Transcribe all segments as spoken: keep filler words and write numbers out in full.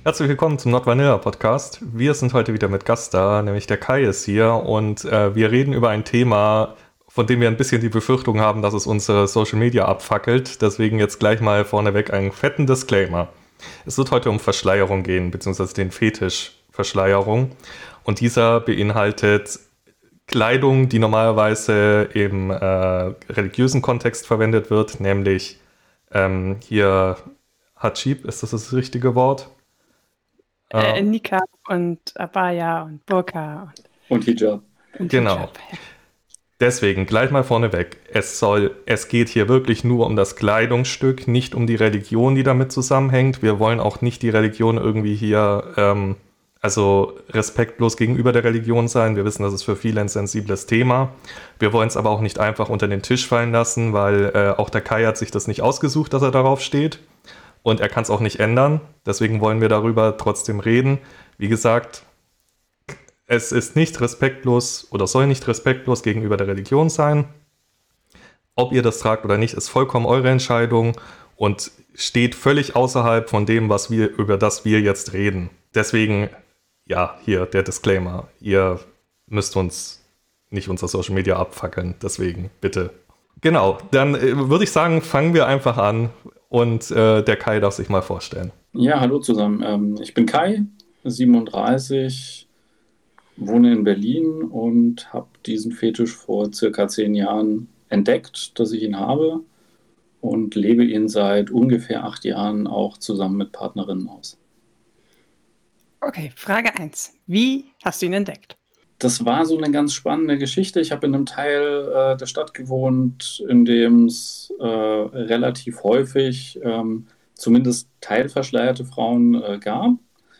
Herzlich willkommen zum Not Vanilla Podcast. Wir sind heute wieder mit Gast da, nämlich der Kai ist hier und äh, wir reden über ein Thema, von dem wir ein bisschen die Befürchtung haben, dass es unsere Social Media abfackelt. Deswegen jetzt gleich mal vorneweg einen fetten Disclaimer. Es wird heute um Verschleierung gehen, beziehungsweise den Fetisch Verschleierung. Und dieser beinhaltet Kleidung, die normalerweise im äh, religiösen Kontext verwendet wird, nämlich ähm, hier Hijab, ist das das richtige Wort? Äh, Niqab und Abaya und Burka. Und, und Hijab. Und genau. Hijab, ja. Deswegen gleich mal vorneweg. Es soll, es geht hier wirklich nur um das Kleidungsstück, nicht um die Religion, die damit zusammenhängt. Wir wollen auch nicht die Religion irgendwie hier, ähm, also respektlos gegenüber der Religion sein. Wir wissen, das ist für viele ein sensibles Thema. Wir wollen es aber auch nicht einfach unter den Tisch fallen lassen, weil äh, auch der Kai hat sich das nicht ausgesucht, dass er darauf steht. Und er kann es auch nicht ändern. Deswegen wollen wir darüber trotzdem reden. Wie gesagt, es ist nicht respektlos oder soll nicht respektlos gegenüber der Religion sein. Ob ihr das tragt oder nicht, ist vollkommen eure Entscheidung und steht völlig außerhalb von dem, was wir, über das wir jetzt reden. Deswegen, ja, hier der Disclaimer. Ihr müsst uns nicht unser Social Media abfackeln. Deswegen, bitte. Genau, dann äh, würde ich sagen, fangen wir einfach an. Und äh, der Kai darf sich mal vorstellen. Ja, hallo zusammen. Ähm, ich bin Kai, siebenunddreißig, wohne in Berlin und habe diesen Fetisch vor circa zehn Jahren entdeckt, dass ich ihn habe und lebe ihn seit ungefähr acht Jahren auch zusammen mit Partnerinnen aus. Okay, Frage eins. Wie hast du ihn entdeckt? Das war so eine ganz spannende Geschichte. Ich habe in einem Teil äh, der Stadt gewohnt, in dem es äh, relativ häufig ähm, zumindest teilverschleierte Frauen äh, gab.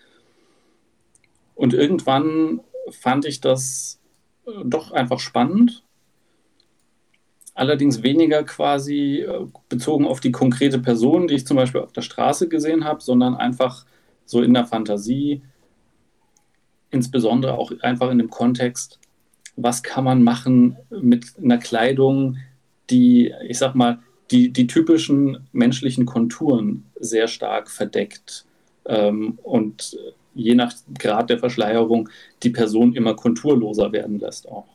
Und irgendwann fand ich das äh, doch einfach spannend. Allerdings weniger quasi äh, bezogen auf die konkrete Person, die ich zum Beispiel auf der Straße gesehen habe, sondern einfach so in der Fantasie. Insbesondere auch einfach in dem Kontext, was kann man machen mit einer Kleidung, die, ich sag mal, die, die typischen menschlichen Konturen sehr stark verdeckt ähm, und je nach Grad der Verschleierung die Person immer konturloser werden lässt auch.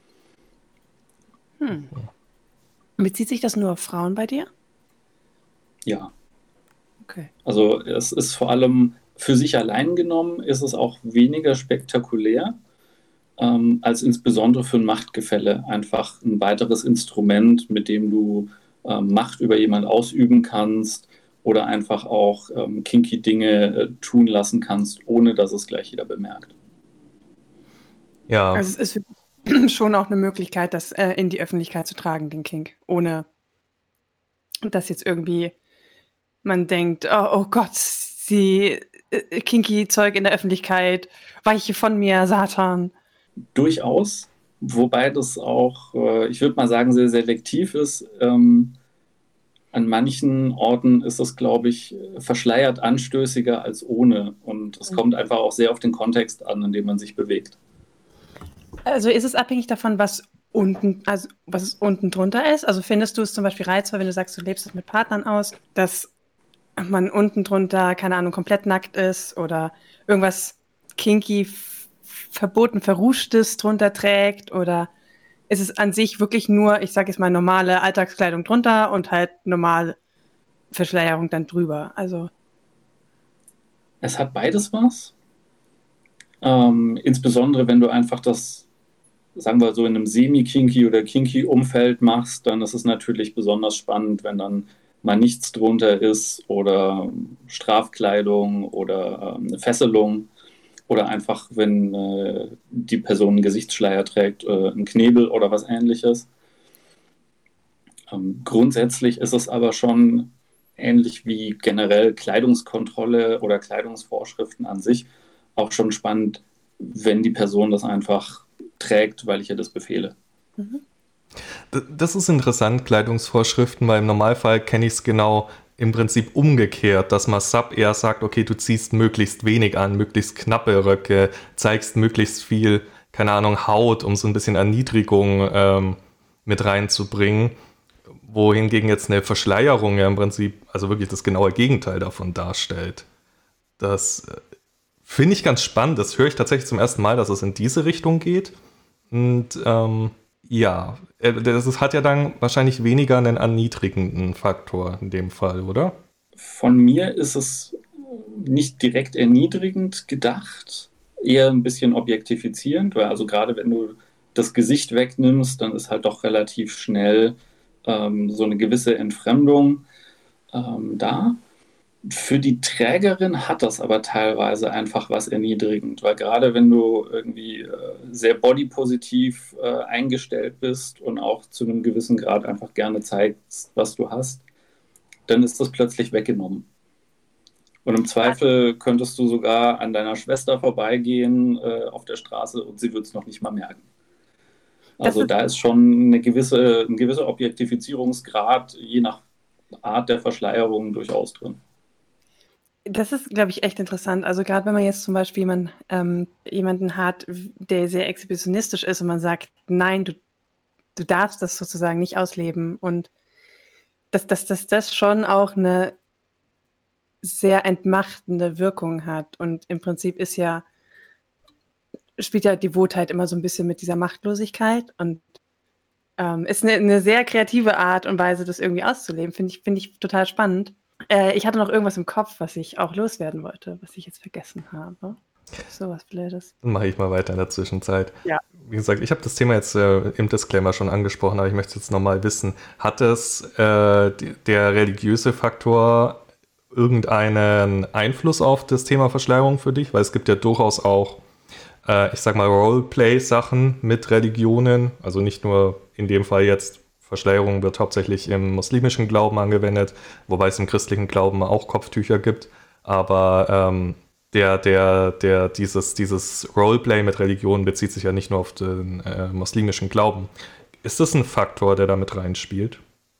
Hm. Bezieht sich das nur auf Frauen bei dir? Ja. Okay. Also es ist vor allem für sich allein genommen ist es auch weniger spektakulär, ähm, als insbesondere für ein Machtgefälle. Einfach ein weiteres Instrument, mit dem du ähm, Macht über jemanden ausüben kannst oder einfach auch ähm, kinky Dinge äh, tun lassen kannst, ohne dass es gleich jeder bemerkt. Ja. Also es ist schon auch eine Möglichkeit, das äh, in die Öffentlichkeit zu tragen, den Kink, ohne dass jetzt irgendwie man denkt, oh, oh Gott, sie äh, kinky Zeug in der Öffentlichkeit, weiche von mir, Satan. Durchaus, wobei das auch, äh, ich würde mal sagen, sehr selektiv ist. Ähm, an manchen Orten ist das, glaube ich, verschleiert anstößiger als ohne. Und es mhm. kommt einfach auch sehr auf den Kontext an, in dem man sich bewegt. Also ist es abhängig davon, was unten, also was es unten drunter ist? Also findest du es zum Beispiel reizvoll, wenn du sagst, du lebst es mit Partnern aus, dass man unten drunter, keine Ahnung, komplett nackt ist oder irgendwas kinky, f- verboten, verruschtes drunter trägt, oder ist es an sich wirklich nur, ich sage jetzt mal, normale Alltagskleidung drunter und halt normale Verschleierung dann drüber? Also es hat beides was. Ähm, insbesondere, wenn du einfach das, sagen wir so, in einem semi-kinky oder kinky-Umfeld machst, dann ist es natürlich besonders spannend, wenn dann mal nichts drunter ist oder Strafkleidung oder äh, eine Fesselung oder einfach, wenn äh, die Person einen Gesichtsschleier trägt, äh, einen Knebel oder was Ähnliches. Ähm, grundsätzlich ist es aber schon ähnlich wie generell Kleidungskontrolle oder Kleidungsvorschriften an sich auch schon spannend, wenn die Person das einfach trägt, weil ich ihr das befehle. Mhm. Das ist interessant, Kleidungsvorschriften, weil im Normalfall kenne ich es genau im Prinzip umgekehrt, dass man Sub eher sagt, okay, du ziehst möglichst wenig an, möglichst knappe Röcke, zeigst möglichst viel, keine Ahnung, Haut, um so ein bisschen Erniedrigung ähm, mit reinzubringen, wohingegen jetzt eine Verschleierung ja im Prinzip also wirklich das genaue Gegenteil davon darstellt. Das äh, finde ich ganz spannend. Das höre ich tatsächlich zum ersten Mal, dass es in diese Richtung geht. Und ähm, ja, äh, das ist, hat ja dann wahrscheinlich weniger einen erniedrigenden Faktor in dem Fall, oder? Von mir ist es nicht direkt erniedrigend gedacht, eher ein bisschen objektifizierend, weil also gerade wenn du das Gesicht wegnimmst, dann ist halt doch relativ schnell ähm, so eine gewisse Entfremdung ähm, da. Für die Trägerin hat das aber teilweise einfach was erniedrigend, weil gerade wenn du irgendwie äh, sehr bodypositiv äh, eingestellt bist und auch zu einem gewissen Grad einfach gerne zeigst, was du hast, dann ist das plötzlich weggenommen. Und im Zweifel könntest du sogar an deiner Schwester vorbeigehen äh, auf der Straße und sie wird es noch nicht mal merken. Also ist da ist schon eine gewisse, ein gewisser Objektifizierungsgrad je nach Art der Verschleierung durchaus drin. Das ist, glaube ich, echt interessant. Also gerade wenn man jetzt zum Beispiel jemand, ähm, jemanden hat, der sehr exhibitionistisch ist und man sagt, nein, du, du darfst das sozusagen nicht ausleben. Und dass, dass, dass das schon auch eine sehr entmachtende Wirkung hat. Und im Prinzip ist ja, spielt ja Devotheit immer so ein bisschen mit dieser Machtlosigkeit und ähm, ist eine, eine sehr kreative Art und Weise, das irgendwie auszuleben. Finde ich, finde ich total spannend. Äh, ich hatte noch irgendwas im Kopf, was ich auch loswerden wollte, was ich jetzt vergessen habe. So was Blödes. Dann mache ich mal weiter in der Zwischenzeit. Ja. Wie gesagt, ich habe das Thema jetzt äh, im Disclaimer schon angesprochen, aber ich möchte jetzt nochmal wissen, hat es äh, die, der religiöse Faktor irgendeinen Einfluss auf das Thema Verschleierung für dich? Weil es gibt ja durchaus auch, äh, ich sag mal, Roleplay-Sachen mit Religionen, also nicht nur in dem Fall jetzt, Verschleierung wird hauptsächlich im muslimischen Glauben angewendet, wobei es im christlichen Glauben auch Kopftücher gibt, aber ähm, der, der, der, dieses, dieses Roleplay mit Religion bezieht sich ja nicht nur auf den äh, muslimischen Glauben. Ist das ein Faktor, der da mit reinspielt?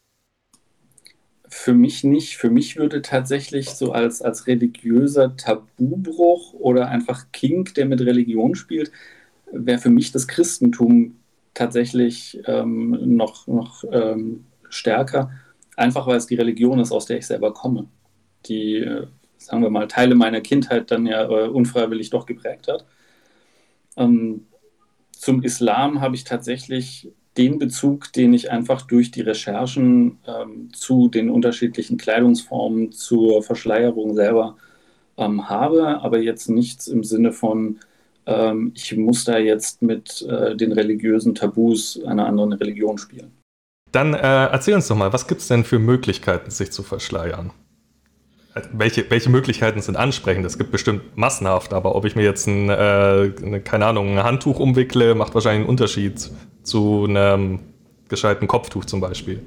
Für mich nicht. Für mich würde tatsächlich so als, als religiöser Tabubruch oder einfach Kink, der mit Religion spielt, wäre für mich das Christentum tatsächlich ähm, noch, noch ähm, stärker. Einfach weil es die Religion ist, aus der ich selber komme. Die, äh, sagen wir mal, Teile meiner Kindheit dann ja äh, unfreiwillig doch geprägt hat. Ähm, zum Islam habe ich tatsächlich den Bezug, den ich einfach durch die Recherchen ähm, zu den unterschiedlichen Kleidungsformen, zur Verschleierung selber ähm, habe, aber jetzt nichts im Sinne von, ähm, ich muss da jetzt mit äh, den religiösen Tabus einer anderen Religion spielen. Dann äh, erzähl uns doch mal, was gibt es denn für Möglichkeiten, sich zu verschleiern? Welche, welche Möglichkeiten sind ansprechend? Es gibt bestimmt massenhaft, aber ob ich mir jetzt ein, äh, eine, keine Ahnung, ein Handtuch umwickle, macht wahrscheinlich einen Unterschied zu einem gescheiten Kopftuch zum Beispiel.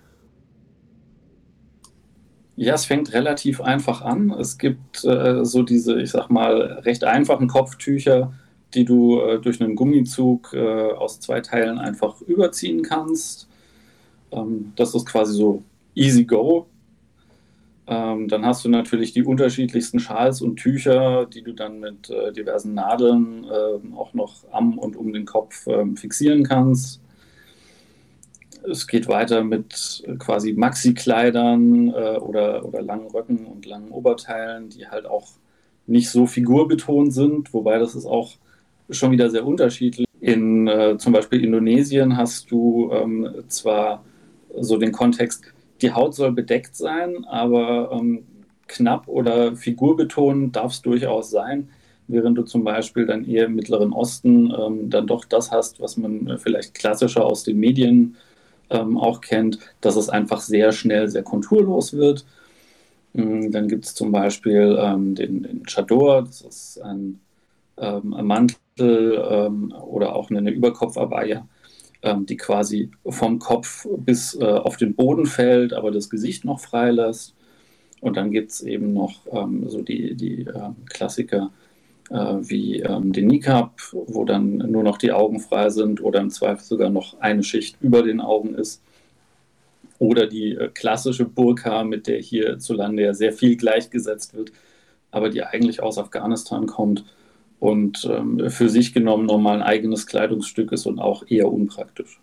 Ja, es fängt relativ einfach an. Es gibt äh, so diese, ich sag mal, recht einfachen Kopftücher, die du äh, durch einen Gummizug äh, aus zwei Teilen einfach überziehen kannst. Ähm, das ist quasi so easy go. Ähm, dann hast du natürlich die unterschiedlichsten Schals und Tücher, die du dann mit äh, diversen Nadeln äh, auch noch am und um den Kopf äh, fixieren kannst. Es geht weiter mit äh, quasi Maxi-Kleidern äh, oder, oder langen Röcken und langen Oberteilen, die halt auch nicht so figurbetont sind, wobei das ist auch schon wieder sehr unterschiedlich. In äh, zum Beispiel Indonesien hast du ähm, zwar so den Kontext, die Haut soll bedeckt sein, aber ähm, knapp oder figurbetont darf es durchaus sein, während du zum Beispiel dann eher im Mittleren Osten ähm, dann doch das hast, was man vielleicht klassischer aus den Medien ähm, auch kennt, dass es einfach sehr schnell sehr konturlos wird. Ähm, dann gibt es zum Beispiel ähm, den, den Chador, das ist ein, ähm, ein Mantel ähm, oder auch eine Überkopfabaya, die quasi vom Kopf bis äh, auf den Boden fällt, aber das Gesicht noch frei lässt. Und dann gibt es eben noch ähm, so die, die äh, Klassiker äh, wie ähm, den Niqab, wo dann nur noch die Augen frei sind oder im Zweifel sogar noch eine Schicht über den Augen ist. Oder die äh, klassische Burka, mit der hierzulande ja sehr viel gleichgesetzt wird, aber die eigentlich aus Afghanistan kommt und ähm, für sich genommen nochmal ein eigenes Kleidungsstück ist und auch eher unpraktisch.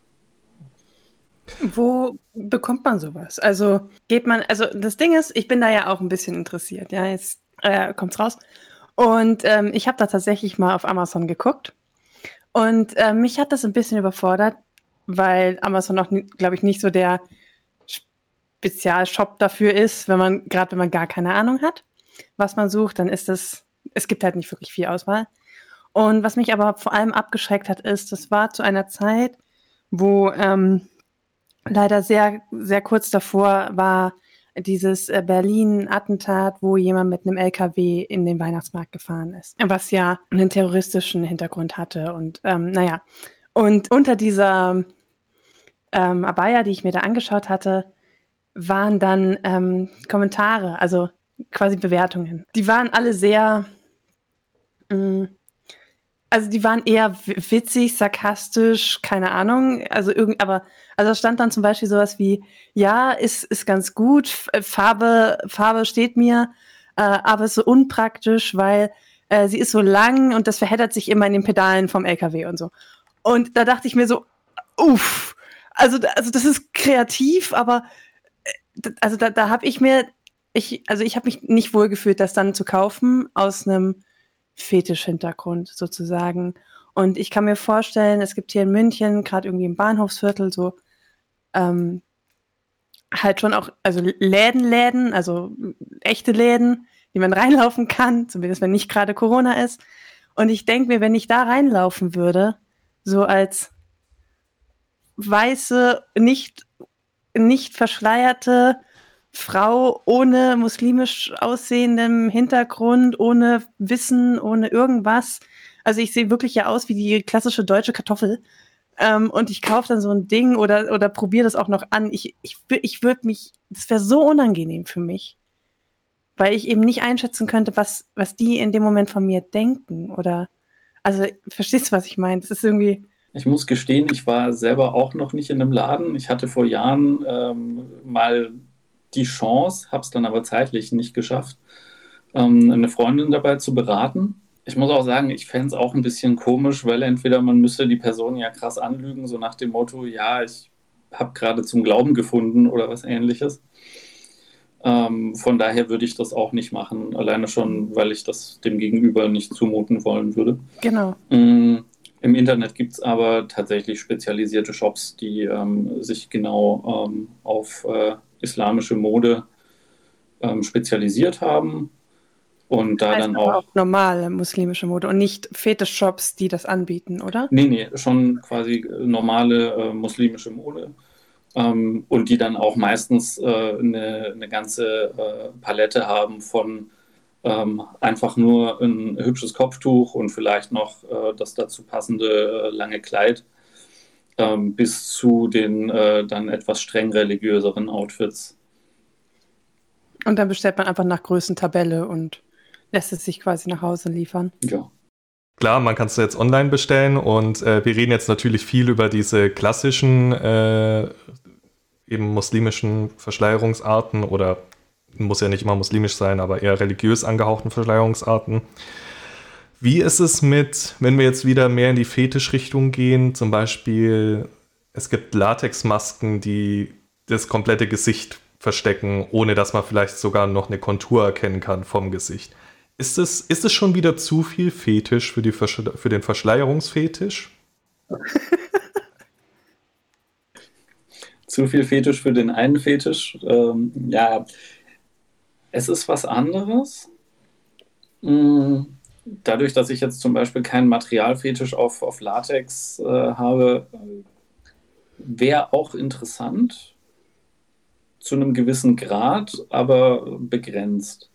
Wo bekommt man sowas? Also geht man, also das Ding ist, ich bin da ja auch ein bisschen interessiert. Ja, jetzt äh, kommt's raus. Und ähm, ich habe da tatsächlich mal auf Amazon geguckt. Und äh, mich hat das ein bisschen überfordert, weil Amazon auch, glaube ich, nicht so der Spezialshop dafür ist, wenn man, gerade wenn man gar keine Ahnung hat, was man sucht, dann ist es, es gibt halt nicht wirklich viel Auswahl. Und was mich aber vor allem abgeschreckt hat, ist, das war zu einer Zeit, wo ähm, leider sehr, sehr kurz davor war dieses äh, Berlin-Attentat, wo jemand mit einem L K W in den Weihnachtsmarkt gefahren ist, was ja einen terroristischen Hintergrund hatte. Und ähm, naja, und unter dieser ähm, Abaya, die ich mir da angeschaut hatte, waren dann ähm, Kommentare, also quasi Bewertungen. Die waren alle sehr, mh, also die waren eher w- witzig, sarkastisch, keine Ahnung. Also irgend, aber also da stand dann zum Beispiel sowas wie, ja, ist, ist ganz gut, F- äh, Farbe, Farbe steht mir, äh, aber ist so unpraktisch, weil äh, sie ist so lang und das verheddert sich immer in den Pedalen vom L K W und so. Und da dachte ich mir so, uff, also, da- also das ist kreativ, aber d- also da, da habe ich mir, ich, also ich habe mich nicht wohlgefühlt, das dann zu kaufen aus einem Fetisch-Hintergrund sozusagen. Und ich kann mir vorstellen, es gibt hier in München, gerade irgendwie im Bahnhofsviertel, so ähm, halt schon auch, also Läden, Läden, also echte Läden, die man reinlaufen kann, zumindest wenn nicht gerade Corona ist. Und ich denke mir, wenn ich da reinlaufen würde, so als weiße, nicht, nicht verschleierte Frau ohne muslimisch aussehendem Hintergrund, ohne Wissen, ohne irgendwas. Also ich sehe wirklich ja aus wie die klassische deutsche Kartoffel. Ähm, und ich kaufe dann so ein Ding oder, oder probiere das auch noch an. Ich, ich, wür- ich würde mich, das wäre so unangenehm für mich, weil ich eben nicht einschätzen könnte, was, was die in dem Moment von mir denken. Oder, also, verstehst du, was ich meine? Das ist irgendwie, Ich muss gestehen, ich war selber auch noch nicht in einem Laden. Ich hatte vor Jahren ähm, mal die Chance, habe es dann aber zeitlich nicht geschafft, ähm, eine Freundin dabei zu beraten. Ich muss auch sagen, ich fände es auch ein bisschen komisch, weil entweder man müsste die Person ja krass anlügen, so nach dem Motto, ja, ich habe gerade zum Glauben gefunden oder was ähnliches. Ähm, von daher würde ich das auch nicht machen, alleine schon, weil ich das dem Gegenüber nicht zumuten wollen würde. genau. Mm, Im Internet gibt es aber tatsächlich spezialisierte Shops, die ähm, sich genau ähm, auf äh, islamische Mode ähm, spezialisiert haben und da Heißt dann aber auch, auch normale muslimische Mode und nicht Fetisch-Shops, die das anbieten, oder? nee, nee, schon quasi normale äh, muslimische Mode ähm, und die dann auch meistens äh, eine, eine ganze äh, Palette haben von ähm, einfach nur ein hübsches Kopftuch und vielleicht noch äh, das dazu passende äh, lange Kleid ähm, bis zu den äh, dann etwas streng religiöseren Outfits. Und dann bestellt man einfach nach Größentabelle und lässt es sich quasi nach Hause liefern. Ja. Klar, man kann es jetzt online bestellen und äh, wir reden jetzt natürlich viel über diese klassischen, äh, eben muslimischen Verschleierungsarten oder muss ja nicht immer muslimisch sein, aber eher religiös angehauchten Verschleierungsarten. Wie ist es mit, wenn wir jetzt wieder mehr in die Fetischrichtung gehen, zum Beispiel, es gibt Latexmasken, die das komplette Gesicht verstecken, ohne dass man vielleicht sogar noch eine Kontur erkennen kann vom Gesicht. Ist es, ist es schon wieder zu viel Fetisch für, die Verschle- für den Verschleierungsfetisch? Zu viel Fetisch für den einen Fetisch. Ähm, ja, es ist was anderes. Mm, Dadurch, dass ich jetzt zum Beispiel keinen Materialfetisch auf, auf Latex äh, habe, wäre auch interessant zu einem gewissen Grad, aber begrenzt.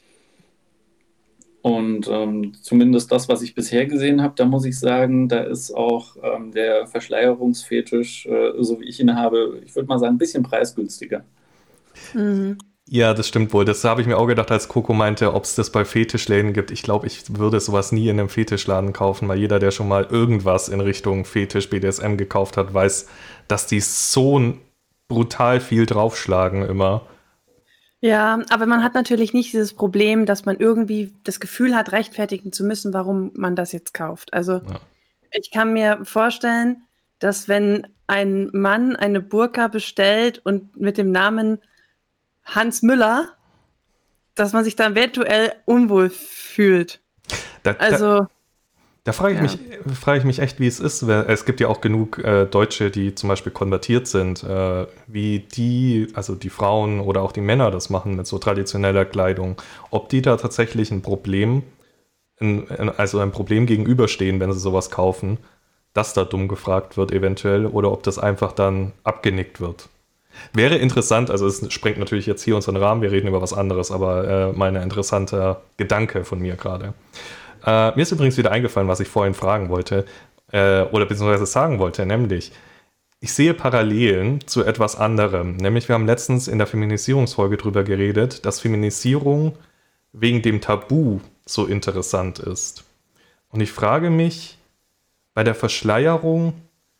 Und ähm, zumindest das, was ich bisher gesehen habe, da muss ich sagen, da ist auch ähm, der Verschleierungsfetisch, äh, so wie ich ihn habe, ich würde mal sagen, ein bisschen preisgünstiger. Mhm. Ja, das stimmt wohl. Das habe ich mir auch gedacht, als Coco meinte, ob es das bei Fetischläden gibt. Ich glaube, ich würde sowas nie in einem Fetischladen kaufen, weil jeder, der schon mal irgendwas in Richtung Fetisch, B D S M gekauft hat, weiß, dass die so brutal viel draufschlagen immer. Ja, aber man hat natürlich nicht dieses Problem, dass man irgendwie das Gefühl hat, rechtfertigen zu müssen, warum man das jetzt kauft. Also Ja. ich kann mir vorstellen, dass wenn ein Mann eine Burka bestellt und mit dem Namen Hans Müller dass man sich da eventuell unwohl fühlt. Da, da, Also, da frage ich, ja. mich, frage ich mich echt, wie es ist. weil Es gibt ja auch genug äh, Deutsche, die zum Beispiel konvertiert sind, äh, wie die, also die Frauen oder auch die Männer das machen mit so traditioneller Kleidung. Ob die da tatsächlich ein Problem, ein, also ein Problem gegenüberstehen, wenn sie sowas kaufen, dass da dumm gefragt wird eventuell, oder ob das einfach dann abgenickt wird. Wäre interessant, also es sprengt natürlich jetzt hier unseren Rahmen, wir reden über was anderes, aber äh, mal ein interessanter Gedanke von mir gerade. Äh, mir ist übrigens wieder eingefallen, was ich vorhin fragen wollte, äh, oder beziehungsweise sagen wollte, nämlich, ich sehe Parallelen zu etwas anderem. Nämlich, wir haben letztens in der Feminisierungsfolge drüber geredet, dass Feminisierung wegen dem Tabu so interessant ist. Und ich frage mich, bei der Verschleierung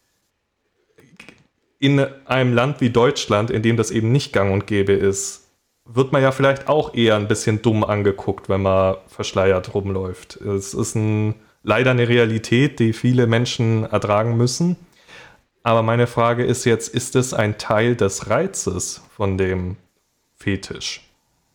in einem Land wie Deutschland, in dem das eben nicht gang und gäbe ist, wird man ja vielleicht auch eher ein bisschen dumm angeguckt, wenn man verschleiert rumläuft. Es ist ein, leider eine Realität, die viele Menschen ertragen müssen. Aber meine Frage ist jetzt, ist es ein Teil des Reizes von dem Fetisch?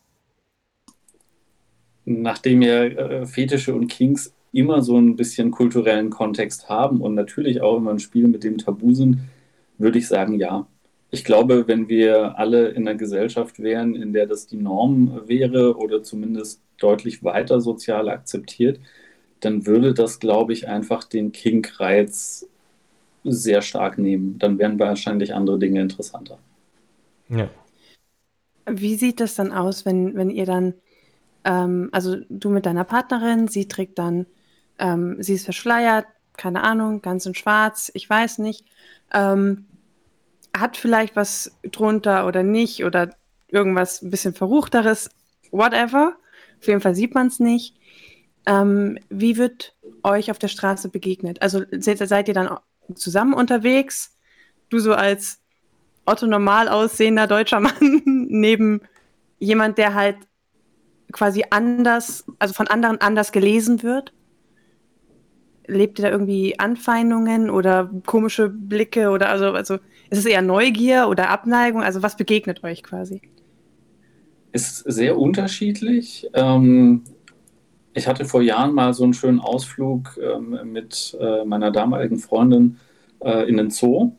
Nachdem ja äh, Fetische und Kinks immer so ein bisschen kulturellen Kontext haben und natürlich auch immer ein Spiel mit dem Tabu sind, würde ich sagen, ja. Ich glaube, wenn wir alle in einer Gesellschaft wären, in der das die Norm wäre oder zumindest deutlich weiter sozial akzeptiert, dann würde das, glaube ich, einfach den Kink-Reiz sehr stark nehmen. Dann wären wahrscheinlich andere Dinge interessanter. Ja. Wie sieht das dann aus, wenn, wenn ihr dann, ähm, also du mit deiner Partnerin, sie trägt dann, ähm, sie ist verschleiert, keine Ahnung, ganz in schwarz, ich weiß nicht, ähm, hat vielleicht was drunter oder nicht oder irgendwas ein bisschen Verruchteres, whatever. Auf jeden Fall sieht man es nicht. Ähm, wie wird euch auf der Straße begegnet? Also seid, seid ihr dann zusammen unterwegs? Du so als Otto normal aussehender deutscher Mann neben jemand, der halt quasi anders, also von anderen anders gelesen wird? Lebt ihr da irgendwie Anfeindungen oder komische Blicke oder also, also ist es eher Neugier oder Abneigung? Also was begegnet euch quasi? Ist sehr unterschiedlich. Ähm, ich hatte vor Jahren mal so einen schönen Ausflug ähm, mit äh, meiner damaligen Freundin äh, in den Zoo.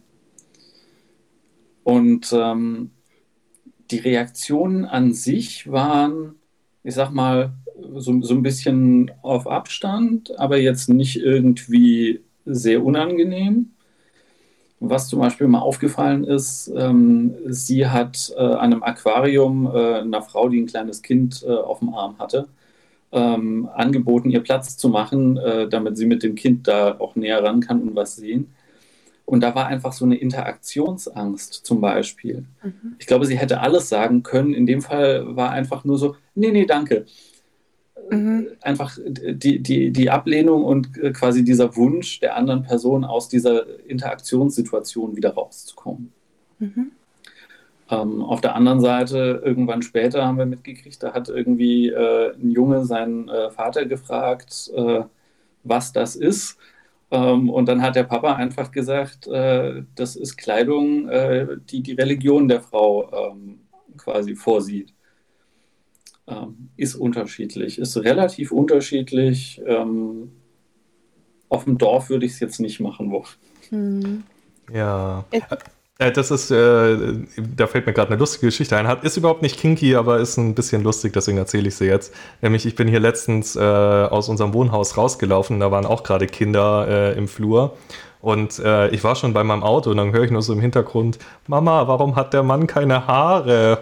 Und ähm, die Reaktionen an sich waren, ich sag mal, so, so ein bisschen auf Abstand, aber jetzt nicht irgendwie sehr unangenehm. Was zum Beispiel mal aufgefallen ist, ähm, sie hat äh, an einem Aquarium äh, einer Frau, die ein kleines Kind äh, auf dem Arm hatte, ähm, angeboten, ihr Platz zu machen, äh, damit sie mit dem Kind da auch näher ran kann und was sehen. Und da war einfach so eine Interaktionsangst zum Beispiel. Mhm. Ich glaube, sie hätte alles sagen können. In dem Fall war einfach nur so, nee, nee, danke. Mhm. Einfach die, die, die Ablehnung und quasi dieser Wunsch der anderen Person aus dieser Interaktionssituation wieder rauszukommen. Mhm. Ähm, auf der anderen Seite, irgendwann später haben wir mitgekriegt, da hat irgendwie äh, ein Junge seinen äh, Vater gefragt, äh, was das ist. Ähm, und dann hat der Papa einfach gesagt, äh, das ist Kleidung, äh, die die Religion der Frau ähm, quasi vorsieht. Ähm, ist unterschiedlich, ist relativ unterschiedlich. Ähm, auf dem Dorf würde ich es jetzt nicht machen wollen. Mhm. Ja. Es- Äh, Das ist, äh, da fällt mir gerade eine lustige Geschichte ein. Hat, ist überhaupt nicht kinky, aber ist ein bisschen lustig, deswegen erzähle ich sie jetzt. Nämlich, ich bin hier letztens äh, aus unserem Wohnhaus rausgelaufen, da waren auch gerade Kinder äh, im Flur. Und äh, ich war schon bei meinem Auto und dann höre ich nur so im Hintergrund, Mama, warum hat der Mann keine Haare?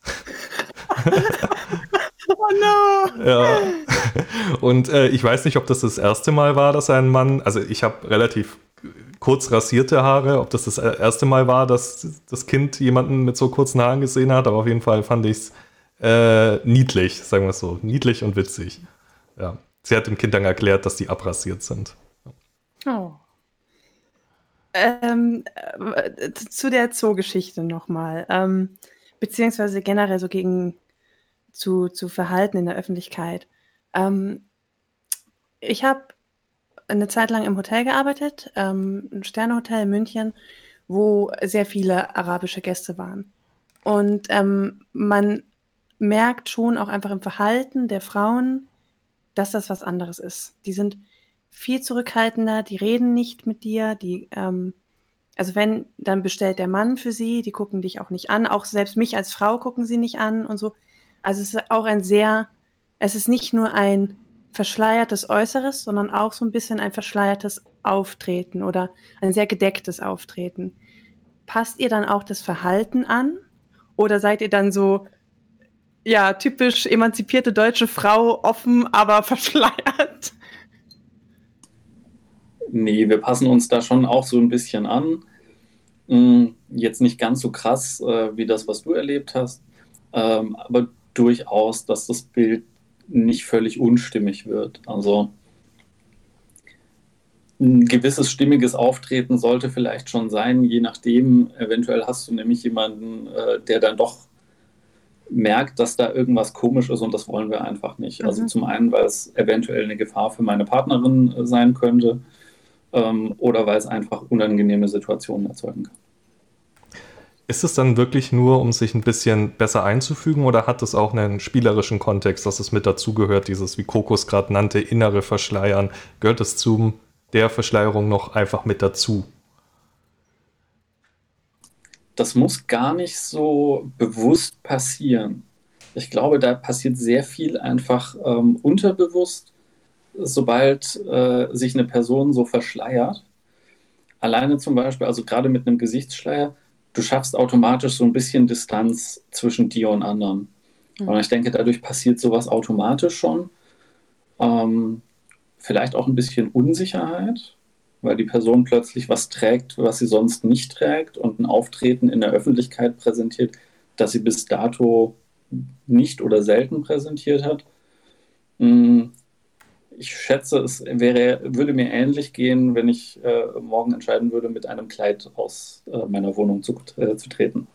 Oh no! Ja. Und äh, ich weiß nicht, ob das das erste Mal war, dass ein Mann, also ich habe relativ kurz rasierte Haare, ob das das erste Mal war, dass das Kind jemanden mit so kurzen Haaren gesehen hat, aber auf jeden Fall fand ich es äh, niedlich, sagen wir es so, niedlich und witzig. Ja. Sie hat dem Kind dann erklärt, dass die abrasiert sind. Oh. Ähm, äh, zu der Zoogeschichte nochmal, ähm, beziehungsweise generell so gegen zu, zu Verhalten in der Öffentlichkeit. Ähm, ich habe eine Zeit lang im Hotel gearbeitet, ähm, ein Sternehotel in München, wo sehr viele arabische Gäste waren. Und ähm, man merkt schon auch einfach im Verhalten der Frauen, dass das was anderes ist. Die sind viel zurückhaltender, die reden nicht mit dir, die, ähm, also wenn, dann bestellt der Mann für sie, die gucken dich auch nicht an, auch selbst mich als Frau gucken sie nicht an und so. Also es ist auch ein sehr, es ist nicht nur ein verschleiertes Äußeres, sondern auch so ein bisschen ein verschleiertes Auftreten oder ein sehr gedecktes Auftreten. Passt ihr dann auch das Verhalten an? Oder seid ihr dann so, ja, typisch emanzipierte deutsche Frau, offen, aber verschleiert? Nee, wir passen uns da schon auch so ein bisschen an. Hm, Jetzt nicht ganz so krass äh, wie das, was du erlebt hast, ähm, aber durchaus, dass das Bild nicht völlig unstimmig wird. Also ein gewisses stimmiges Auftreten sollte vielleicht schon sein, je nachdem. Eventuell hast du nämlich jemanden, äh, der dann doch merkt, dass da irgendwas komisch ist und das wollen wir einfach nicht. Also Mhm. zum einen, weil es eventuell eine Gefahr für meine Partnerin äh, sein könnte ähm, oder weil es einfach unangenehme Situationen erzeugen kann. Ist es dann wirklich nur, um sich ein bisschen besser einzufügen oder hat es auch einen spielerischen Kontext, dass es mit dazugehört, dieses, wie Kokos gerade nannte, innere Verschleiern? Gehört es zu der Verschleierung noch einfach mit dazu? Das muss gar nicht so bewusst passieren. Ich glaube, da passiert sehr viel einfach ähm, unterbewusst, sobald äh, sich eine Person so verschleiert. Alleine zum Beispiel, also gerade mit einem Gesichtsschleier, du schaffst automatisch so ein bisschen Distanz zwischen dir und anderen. Mhm. Und ich denke, dadurch passiert sowas automatisch schon. Ähm, Vielleicht auch ein bisschen Unsicherheit, weil die Person plötzlich was trägt, was sie sonst nicht trägt und ein Auftreten in der Öffentlichkeit präsentiert, das sie bis dato nicht oder selten präsentiert hat. Ich schätze, es wäre, würde mir ähnlich gehen, wenn ich äh, morgen entscheiden würde, mit einem Kleid aus äh, meiner Wohnung zu, äh, zu treten.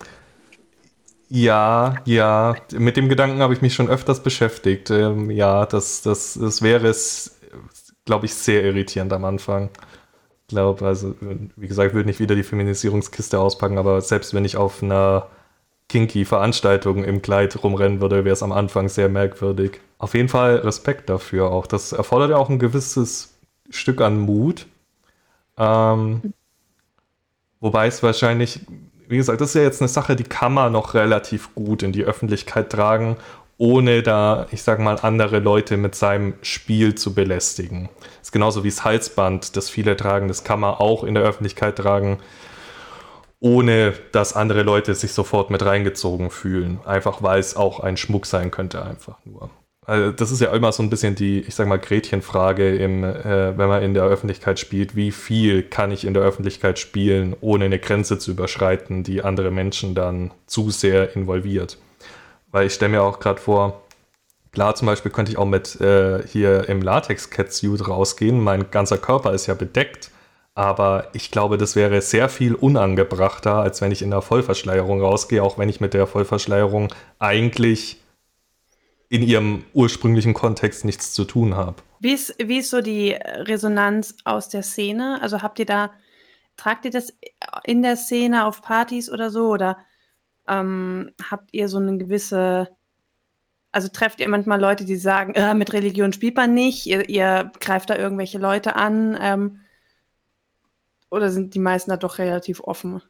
Ja, ja, mit dem Gedanken habe ich mich schon öfters beschäftigt. Ähm, ja, das, das, das wäre es, glaube ich, sehr irritierend am Anfang. Ich glaube, also, wie gesagt, ich würde nicht wieder die Feminisierungskiste auspacken, aber selbst wenn ich auf einer Kinky-Veranstaltung im Kleid rumrennen würde, wäre es am Anfang sehr merkwürdig. Auf jeden Fall Respekt dafür auch. Das erfordert ja auch ein gewisses Stück an Mut. Ähm, wobei es wahrscheinlich, wie gesagt, das ist ja jetzt eine Sache, die kann man noch relativ gut in die Öffentlichkeit tragen, ohne da, ich sag mal, andere Leute mit seinem Spiel zu belästigen. Das ist genauso wie das Halsband, das viele tragen, das kann man auch in der Öffentlichkeit tragen, ohne dass andere Leute sich sofort mit reingezogen fühlen. Einfach weil es auch ein Schmuck sein könnte, einfach nur. Also das ist ja immer so ein bisschen die, ich sag mal, Gretchenfrage, im, äh, wenn man in der Öffentlichkeit spielt. Wie viel kann ich in der Öffentlichkeit spielen, ohne eine Grenze zu überschreiten, die andere Menschen dann zu sehr involviert? Weil ich stelle mir auch gerade vor, klar, zum Beispiel könnte ich auch mit äh, hier im Latex-Catsuit rausgehen. Mein ganzer Körper ist ja bedeckt. Aber ich glaube, das wäre sehr viel unangebrachter, als wenn ich in der Vollverschleierung rausgehe, auch wenn ich mit der Vollverschleierung eigentlich in ihrem ursprünglichen Kontext nichts zu tun habe. Wie ist, wie ist so die Resonanz aus der Szene? Also habt ihr da, tragt ihr das in der Szene auf Partys oder so? Oder ähm, habt ihr so eine gewisse, also trefft ihr manchmal Leute, die sagen, äh, mit Religion spielt man nicht, ihr, ihr greift da irgendwelche Leute an? Ähm, oder sind die meisten da doch relativ offen?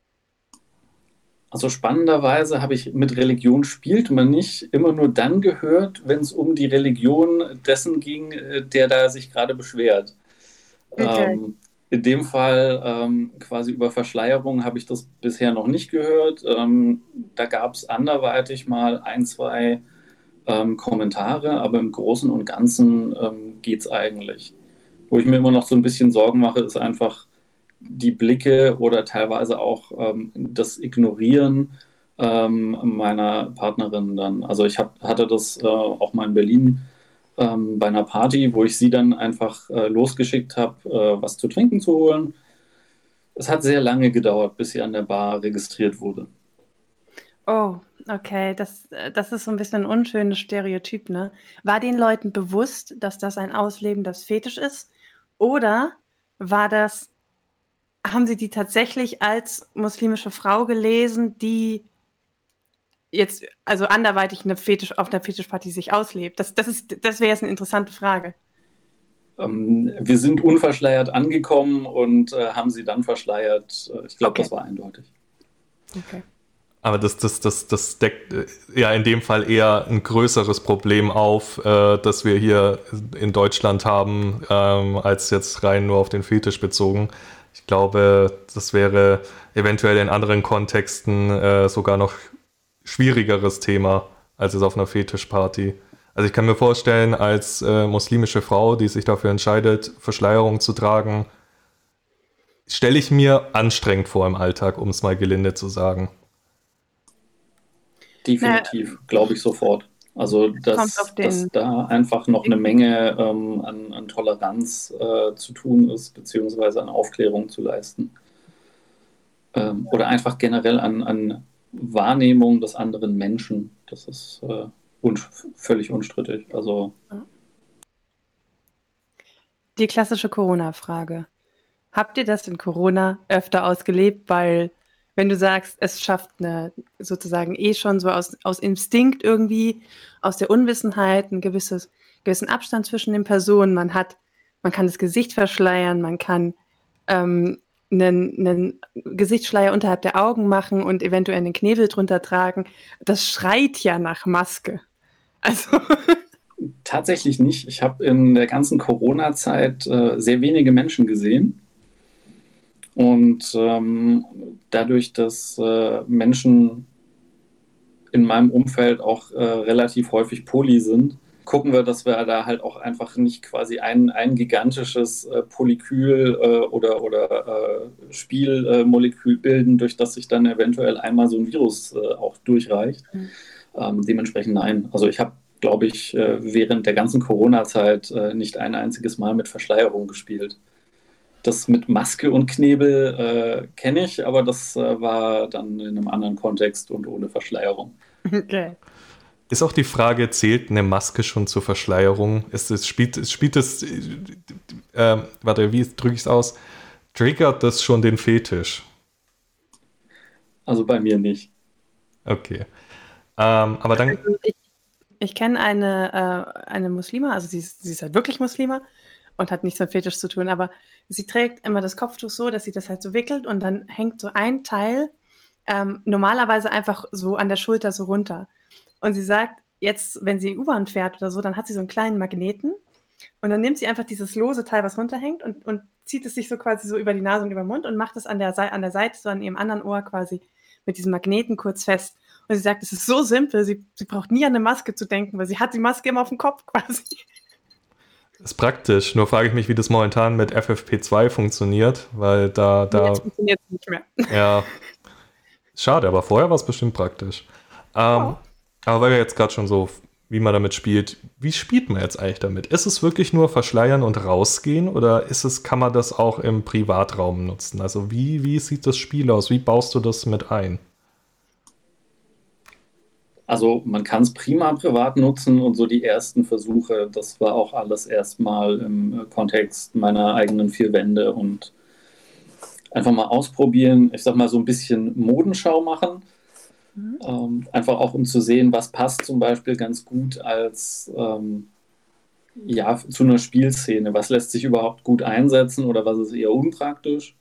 Also spannenderweise habe ich mit Religion spielt man nicht immer nur dann gehört, wenn es um die Religion dessen ging, äh, der da sich gerade beschwert. Okay. Ähm, in dem Fall ähm, quasi über Verschleierung habe ich das bisher noch nicht gehört. Ähm, da gab es anderweitig mal ein, zwei ähm, Kommentare, aber im Großen und Ganzen ähm, geht es eigentlich. Wo ich mir immer noch so ein bisschen Sorgen mache, ist einfach die Blicke oder teilweise auch ähm, das Ignorieren ähm, meiner Partnerin dann. Also ich hab, hatte das äh, auch mal in Berlin ähm, bei einer Party, wo ich sie dann einfach äh, losgeschickt habe, äh, was zu trinken zu holen. Es hat sehr lange gedauert, bis sie an der Bar registriert wurde. Oh, okay, das, äh, das ist so ein bisschen ein unschönes Stereotyp, ne? War den Leuten bewusst, dass das ein Ausleben des Fetisch ist? Oder war das, haben sie die tatsächlich als muslimische Frau gelesen, die jetzt also anderweitig eine Fetisch, auf einer Fetischparty sich auslebt? Das, das, ist, das wäre jetzt eine interessante Frage. Ähm, wir sind unverschleiert angekommen und äh, haben sie dann verschleiert. Ich glaube, Okay. das war eindeutig. Okay. Aber das, das, das, das deckt äh, ja in dem Fall eher ein größeres Problem auf, äh, das wir hier in Deutschland haben, ähm, als jetzt rein nur auf den Fetisch bezogen. Ich glaube, das wäre eventuell in anderen Kontexten äh, sogar noch schwierigeres Thema, als es auf einer Fetischparty. Also ich kann mir vorstellen, als äh, muslimische Frau, die sich dafür entscheidet, Verschleierung zu tragen, stelle ich mir anstrengend vor im Alltag, um es mal gelinde zu sagen. Definitiv, glaube ich sofort. Also, Kommt dass, auf den- dass da einfach noch eine Menge ähm, an, an Toleranz äh, zu tun ist, beziehungsweise an Aufklärung zu leisten. Ähm, oder einfach generell an, an Wahrnehmung des anderen Menschen. Das ist äh, un völlig unstrittig. Also, Die klassische Corona-Frage. Habt ihr das in Corona öfter ausgelebt? Weil, wenn du sagst, es schafft eine sozusagen eh schon so aus, aus Instinkt irgendwie, aus der Unwissenheit, einen gewisses, gewissen Abstand zwischen den Personen. Man hat, man kann das Gesicht verschleiern, man kann ähm, einen, einen Gesichtsschleier unterhalb der Augen machen und eventuell einen Knebel drunter tragen. Das schreit ja nach Maske. Also, tatsächlich nicht. Ich habe in der ganzen Corona-Zeit äh, sehr wenige Menschen gesehen. Und ähm, dadurch, dass äh, Menschen in meinem Umfeld auch äh, relativ häufig poly sind, gucken wir, dass wir da halt auch einfach nicht quasi ein, ein gigantisches äh, Polykül äh, oder, oder äh, Spielmolekül bilden, durch das sich dann eventuell einmal so ein Virus äh, auch durchreicht. Mhm. Ähm, dementsprechend nein. Also ich habe, glaube ich, äh, während der ganzen Corona-Zeit äh, nicht ein einziges Mal mit Verschleierung gespielt. Das mit Maske und Knebel äh, kenne ich, aber das äh, war dann in einem anderen Kontext und ohne Verschleierung. okay. Ist auch die Frage, zählt eine Maske schon zur Verschleierung? Ist es, spielt, es- spielt es, äh, äh, warte, wie drücke ich es aus? Triggert das schon den Fetisch? Also bei mir nicht. Okay. Ähm, aber dann, Ich, ich kenne eine, äh, eine Muslima, also sie ist, sie ist halt wirklich Muslima und hat nichts mit Fetisch zu tun, aber sie trägt immer das Kopftuch so, dass sie das halt so wickelt und dann hängt so ein Teil ähm, normalerweise einfach so an der Schulter so runter. Und sie sagt, jetzt, wenn sie U-Bahn fährt oder so, dann hat sie so einen kleinen Magneten und dann nimmt sie einfach dieses lose Teil, was runterhängt und, und zieht es sich so quasi so über die Nase und über den Mund und macht es an der, Sei- an der Seite, so an ihrem anderen Ohr quasi mit diesem Magneten kurz fest. Und sie sagt, es ist so simpel, sie, sie braucht nie an eine Maske zu denken, weil sie hat die Maske immer auf dem Kopf quasi. ist praktisch. Nur frage ich mich, wie das momentan mit F F P zwei funktioniert, weil da, da, Jetzt funktioniert es nicht mehr. ja, schade, aber vorher war es bestimmt praktisch. Ähm, aber weil wir jetzt gerade schon so, wie man damit spielt, wie spielt man jetzt eigentlich damit? Ist es wirklich nur verschleiern und rausgehen oder ist es, kann man das auch im Privatraum nutzen? Also wie, wie sieht das Spiel aus? Wie baust du das mit ein? Also man kann es prima privat nutzen und so die ersten Versuche, das war auch alles erstmal im äh, Kontext meiner eigenen vier Wände und einfach mal ausprobieren, ich sag mal so ein bisschen Modenschau machen, Mhm. ähm, einfach auch um zu sehen, was passt zum Beispiel ganz gut als ähm, ja, zu einer Spielszene, was lässt sich überhaupt gut einsetzen oder was ist eher unpraktisch.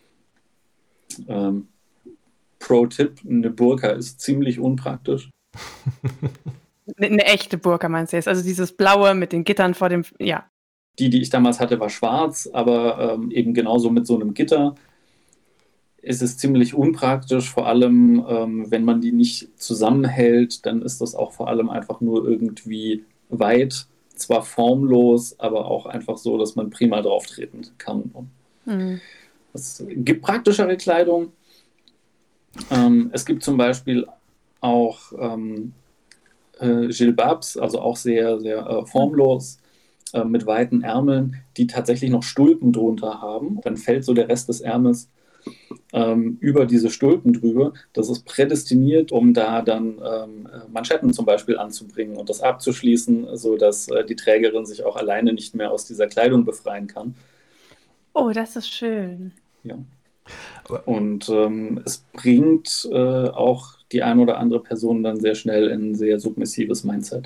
Ähm, Pro-Tipp, eine Burka ist ziemlich unpraktisch. Eine, eine echte Burka meinst du jetzt? Also dieses blaue mit den Gittern vor dem, ja. Die, die ich damals hatte, war schwarz, aber ähm, eben genauso mit so einem Gitter. Es ist ziemlich unpraktisch, vor allem ähm, wenn man die nicht zusammenhält, dann ist das auch vor allem einfach nur irgendwie weit, zwar formlos, aber auch einfach so, dass man prima drauf treten kann. Mhm. Es gibt praktischere Kleidung. Ähm, es gibt zum Beispiel auch ähm, äh, Jilbabs, also auch sehr, sehr äh, formlos, äh, mit weiten Ärmeln, die tatsächlich noch Stulpen drunter haben. Dann fällt so der Rest des Ärmels ähm, über diese Stulpen drüber. Das ist prädestiniert, um da dann ähm, Manschetten zum Beispiel anzubringen und das abzuschließen, sodass äh, die Trägerin sich auch alleine nicht mehr aus dieser Kleidung befreien kann. Oh, das ist schön. Ja. Und ähm, es bringt äh, auch die eine oder andere Person dann sehr schnell in ein sehr submissives Mindset.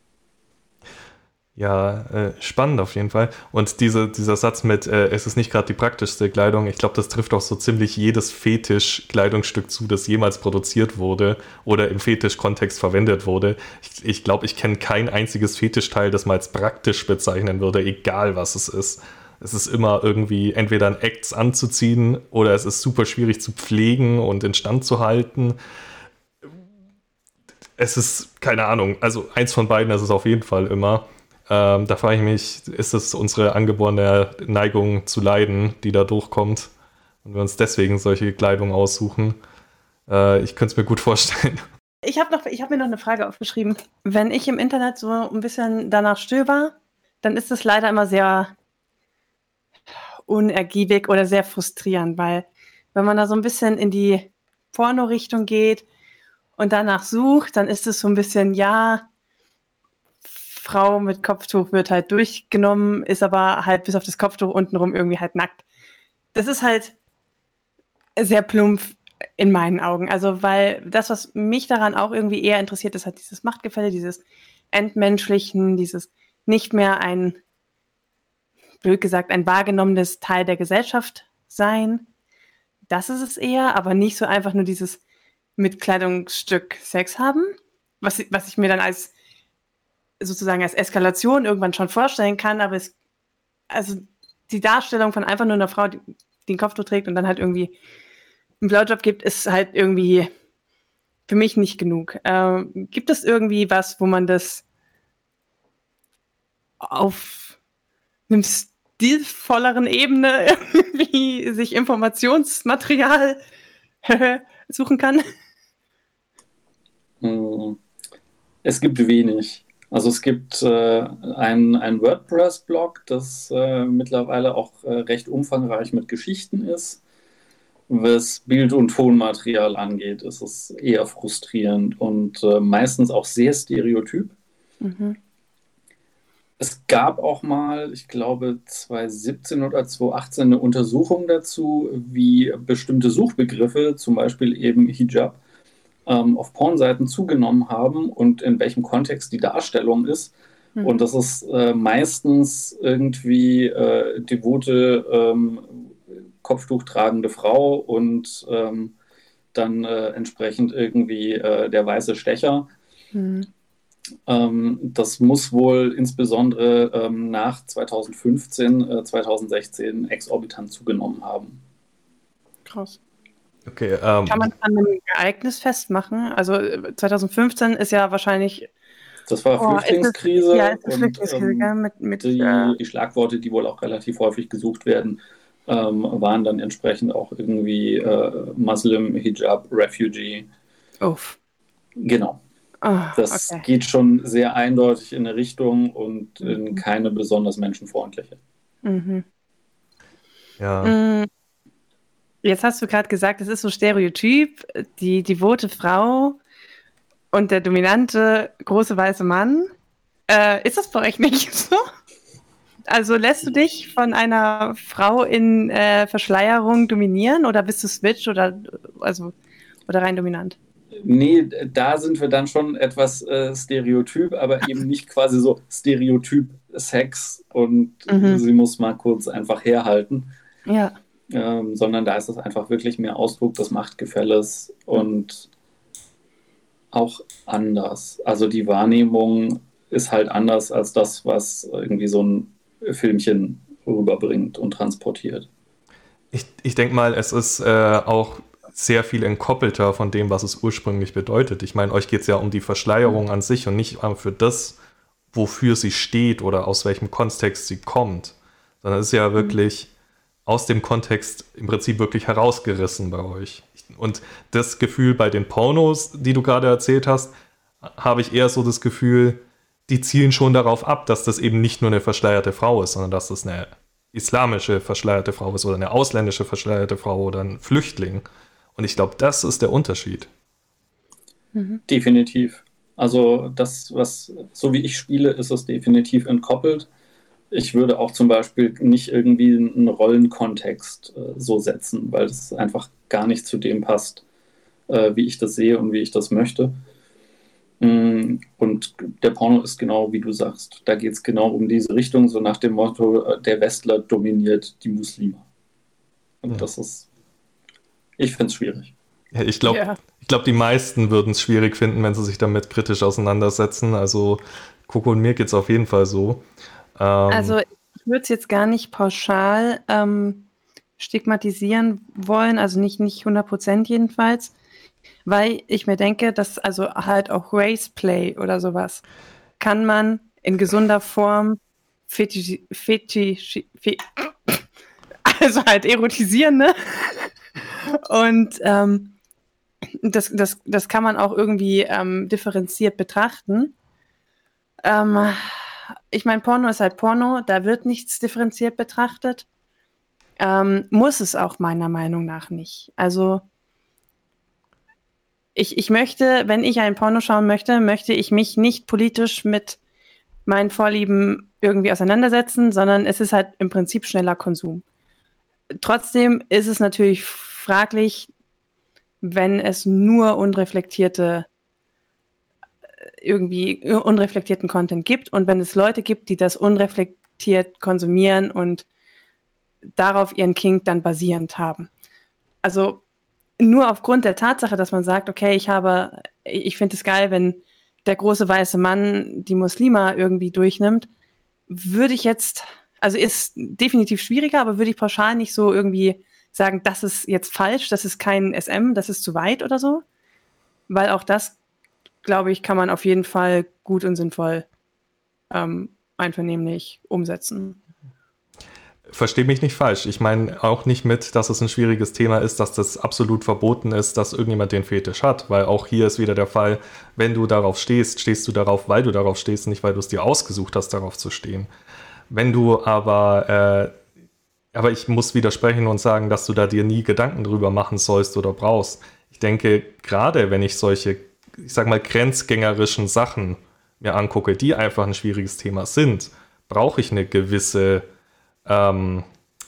Ja, äh, spannend auf jeden Fall. Und diese, dieser Satz mit, äh, es ist nicht gerade die praktischste Kleidung, ich glaube, das trifft auch so ziemlich jedes Fetisch-Kleidungsstück zu, das jemals produziert wurde oder im Fetisch-Kontext verwendet wurde. Ich glaube, ich, glaub, ich kenne kein einziges Fetischteil, das man als praktisch bezeichnen würde, egal was es ist. Es ist immer irgendwie entweder ein Acts anzuziehen oder es ist super schwierig zu pflegen und instand zu halten. Es ist, keine Ahnung, also eins von beiden ist es auf jeden Fall immer. Ähm, da frage ich mich, ist es unsere angeborene Neigung zu leiden, die da durchkommt und wir uns deswegen solche Kleidung aussuchen? Äh, ich könnte es mir gut vorstellen. Ich habe hab mir noch eine Frage aufgeschrieben. Wenn ich im Internet so ein bisschen danach stöber, dann ist es leider immer sehr unergiebig oder sehr frustrierend, weil wenn man da so ein bisschen in die Porno-Richtung geht und danach sucht, dann ist es so ein bisschen, ja, Frau mit Kopftuch wird halt durchgenommen, ist aber halt bis auf das Kopftuch untenrum irgendwie halt nackt. Das ist halt sehr plump in meinen Augen. Also, weil das, was mich daran auch irgendwie eher interessiert, ist halt dieses Machtgefälle, dieses Entmenschlichen, dieses nicht mehr ein, blöd gesagt, ein wahrgenommenes Teil der Gesellschaft sein. Das ist es eher, aber nicht so einfach nur dieses mit Kleidungsstück Sex haben, was, was ich mir dann als sozusagen als Eskalation irgendwann schon vorstellen kann, aber es, also die Darstellung von einfach nur einer Frau, die, die den Kopftuch trägt und dann halt irgendwie einen Blowjob gibt, ist halt irgendwie für mich nicht genug. Ähm, gibt es irgendwie was, wo man das auf einem stilvolleren Ebene irgendwie sich Informationsmaterial suchen kann? Es gibt wenig. Also es gibt äh, ein, ein WordPress-Blog, das äh, mittlerweile auch äh, recht umfangreich mit Geschichten ist. Was Bild- und Tonmaterial angeht, ist es eher frustrierend und äh, meistens auch sehr stereotyp. Mhm. Es gab auch mal, ich glaube zwanzig siebzehn oder zwanzig achtzehn, eine Untersuchung dazu, wie bestimmte Suchbegriffe, zum Beispiel eben Hijab, auf Pornseiten zugenommen haben und in welchem Kontext die Darstellung ist. Mhm. Und das ist äh, meistens irgendwie äh, devote ähm, Kopftuch tragende Frau und ähm, dann äh, entsprechend irgendwie äh, der weiße Stecher. Mhm. Ähm, das muss wohl insbesondere ähm, nach zwanzig fünfzehn, äh, zwanzig sechzehn exorbitant zugenommen haben. Krass. Okay, ähm, kann man an einem Ereignis festmachen? Also zwanzig fünfzehn ist ja wahrscheinlich. Das war oh, Flüchtlingskrise. Es, ja, es ist und Flüchtlingskrise, ähm, mit, mit, die, äh, die Schlagworte, die wohl auch relativ häufig gesucht werden, ähm, waren dann entsprechend auch irgendwie äh, Muslim, Hijab, Refugee. Uff. Genau. Oh, das okay. geht schon sehr eindeutig in eine Richtung und in mhm. keine besonders menschenfreundliche. Mhm. Ja. Jetzt hast du gerade gesagt, es ist so Stereotyp, die devote Frau und der dominante große weiße Mann. Äh, ist das bei euch nicht so? Also lässt du dich von einer Frau in äh, Verschleierung dominieren oder bist du Switch oder, also, oder rein dominant? Nee, da sind wir dann schon etwas äh, stereotyp, aber eben nicht quasi so Stereotyp Sex und mhm. sie muss mal kurz einfach herhalten. Ja. Ähm, sondern da ist es einfach wirklich mehr Ausdruck des Machtgefälles und auch anders. Also die Wahrnehmung ist halt anders als das, was irgendwie so ein Filmchen rüberbringt und transportiert. Ich, ich denke mal, es ist äh, auch sehr viel entkoppelter von dem, was es ursprünglich bedeutet. Ich meine, euch geht es ja um die Verschleierung mhm. an sich und nicht für das, wofür sie steht oder aus welchem Kontext sie kommt. Sondern es ist ja wirklich mhm. aus dem Kontext im Prinzip wirklich herausgerissen bei euch. Und das Gefühl bei den Pornos, die du gerade erzählt hast, habe ich eher so das Gefühl, die zielen schon darauf ab, dass das eben nicht nur eine verschleierte Frau ist, sondern dass das eine islamische verschleierte Frau ist oder eine ausländische verschleierte Frau oder ein Flüchtling. Und ich glaube, das ist der Unterschied. Mhm. Definitiv. Also das, was, so wie ich spiele, ist es definitiv entkoppelt. Ich würde auch zum Beispiel nicht irgendwie einen Rollenkontext äh, so setzen, weil es einfach gar nicht zu dem passt, äh, wie ich das sehe und wie ich das möchte. Und der Porno ist genau wie du sagst. Da geht es genau um diese Richtung, so nach dem Motto, der Westler dominiert die Muslime. Und ja. das ist, ich finde es schwierig. Ja, ich glaube, ja. ich glaub, die meisten würden es schwierig finden, wenn sie sich damit kritisch auseinandersetzen. Also Coco und mir geht es auf jeden Fall so. Ähm, also ich würde es jetzt gar nicht pauschal ähm, stigmatisieren wollen, also nicht, nicht hundert Prozent jedenfalls. Weil ich mir denke, dass also halt auch Raceplay oder sowas kann man in gesunder Form fetisch, fetisch, fetisch also halt erotisieren, ne? Und ähm, das, das, das kann man auch irgendwie ähm, differenziert betrachten. Ähm, ich meine, Porno ist halt Porno, da wird nichts differenziert betrachtet. Ähm, muss es auch meiner Meinung nach nicht. Also Ich, ich möchte, wenn ich ein Porno schauen möchte, möchte ich mich nicht politisch mit meinen Vorlieben irgendwie auseinandersetzen, sondern es ist halt im Prinzip schneller Konsum. Trotzdem ist es natürlich fraglich, wenn es nur unreflektierte, irgendwie unreflektierten Content gibt und wenn es Leute gibt, die das unreflektiert konsumieren und darauf ihren Kink dann basierend haben. Also nur aufgrund der Tatsache, dass man sagt, okay, ich habe, ich finde es geil, wenn der große weiße Mann die Muslima irgendwie durchnimmt, würde ich jetzt, also ist definitiv schwieriger, aber würde ich pauschal nicht so irgendwie sagen, das ist jetzt falsch, das ist kein S M, das ist zu weit oder so, weil auch das, glaube ich, kann man auf jeden Fall gut und sinnvoll ähm, einvernehmlich umsetzen. Versteh mich nicht falsch. Ich meine auch nicht mit, dass es ein schwieriges Thema ist, dass das absolut verboten ist, dass irgendjemand den Fetisch hat, weil auch hier ist wieder der Fall, wenn du darauf stehst, stehst du darauf, weil du darauf stehst, nicht weil du es dir ausgesucht hast, darauf zu stehen. Wenn du aber, äh, aber ich muss widersprechen und sagen, dass du da dir nie Gedanken drüber machen sollst oder brauchst. Ich denke, gerade wenn ich solche, ich sag mal, grenzgängerischen Sachen mir angucke, die einfach ein schwieriges Thema sind, brauche ich eine gewisse Ähm,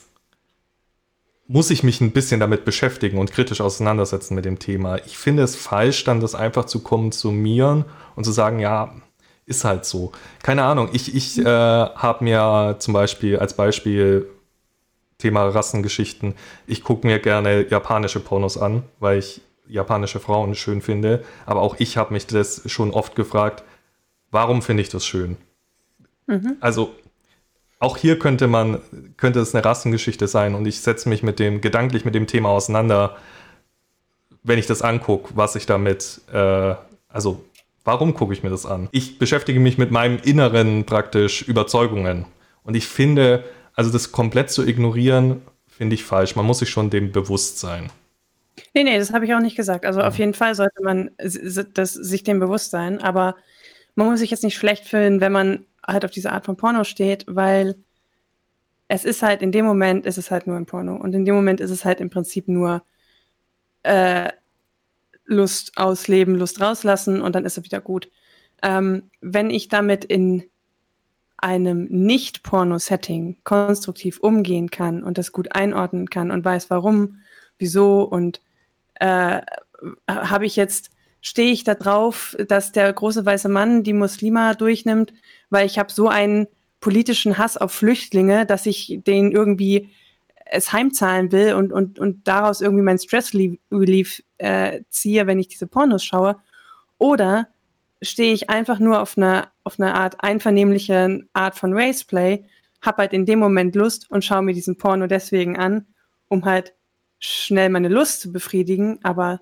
muss ich mich ein bisschen damit beschäftigen und kritisch auseinandersetzen mit dem Thema. Ich finde es falsch, dann das einfach zu konsumieren und zu sagen, ja, ist halt so. Keine Ahnung, ich, ich äh, habe mir zum Beispiel als Beispiel Thema Rassengeschichten, ich gucke mir gerne japanische Pornos an, weil ich japanische Frauen schön finde, aber auch ich habe mich das schon oft gefragt, warum finde ich das schön? Mhm. Also auch hier könnte man, könnte es eine Rassengeschichte sein und ich setze mich mit dem, gedanklich mit dem Thema auseinander, wenn ich das angucke, was ich damit, äh, also warum gucke ich mir das an? Ich beschäftige mich mit meinen inneren praktisch Überzeugungen und ich finde, also das komplett zu ignorieren, finde ich falsch. Man muss sich schon dem bewusst sein. Nee, nee, das habe ich auch nicht gesagt. Also ja. Auf jeden Fall sollte man das, sich dem bewusst sein, aber man muss sich jetzt nicht schlecht fühlen, wenn man halt auf diese Art von Porno steht, weil es ist halt, in dem Moment ist es halt nur ein Porno und in dem Moment ist es halt im Prinzip nur äh, Lust ausleben, Lust rauslassen und dann ist es wieder gut. Ähm, wenn ich damit in einem Nicht-Porno-Setting konstruktiv umgehen kann und das gut einordnen kann und weiß, warum, wieso und äh, habe ich jetzt stehe ich da drauf, dass der große weiße Mann die Muslima durchnimmt, weil ich habe so einen politischen Hass auf Flüchtlinge, dass ich denen irgendwie es heimzahlen will und, und, und daraus irgendwie mein Stress-Relief äh, ziehe, wenn ich diese Pornos schaue. Oder stehe ich einfach nur auf einer auf eine Art einvernehmliche Art von Raceplay, habe halt in dem Moment Lust und schaue mir diesen Porno deswegen an, um halt schnell meine Lust zu befriedigen, aber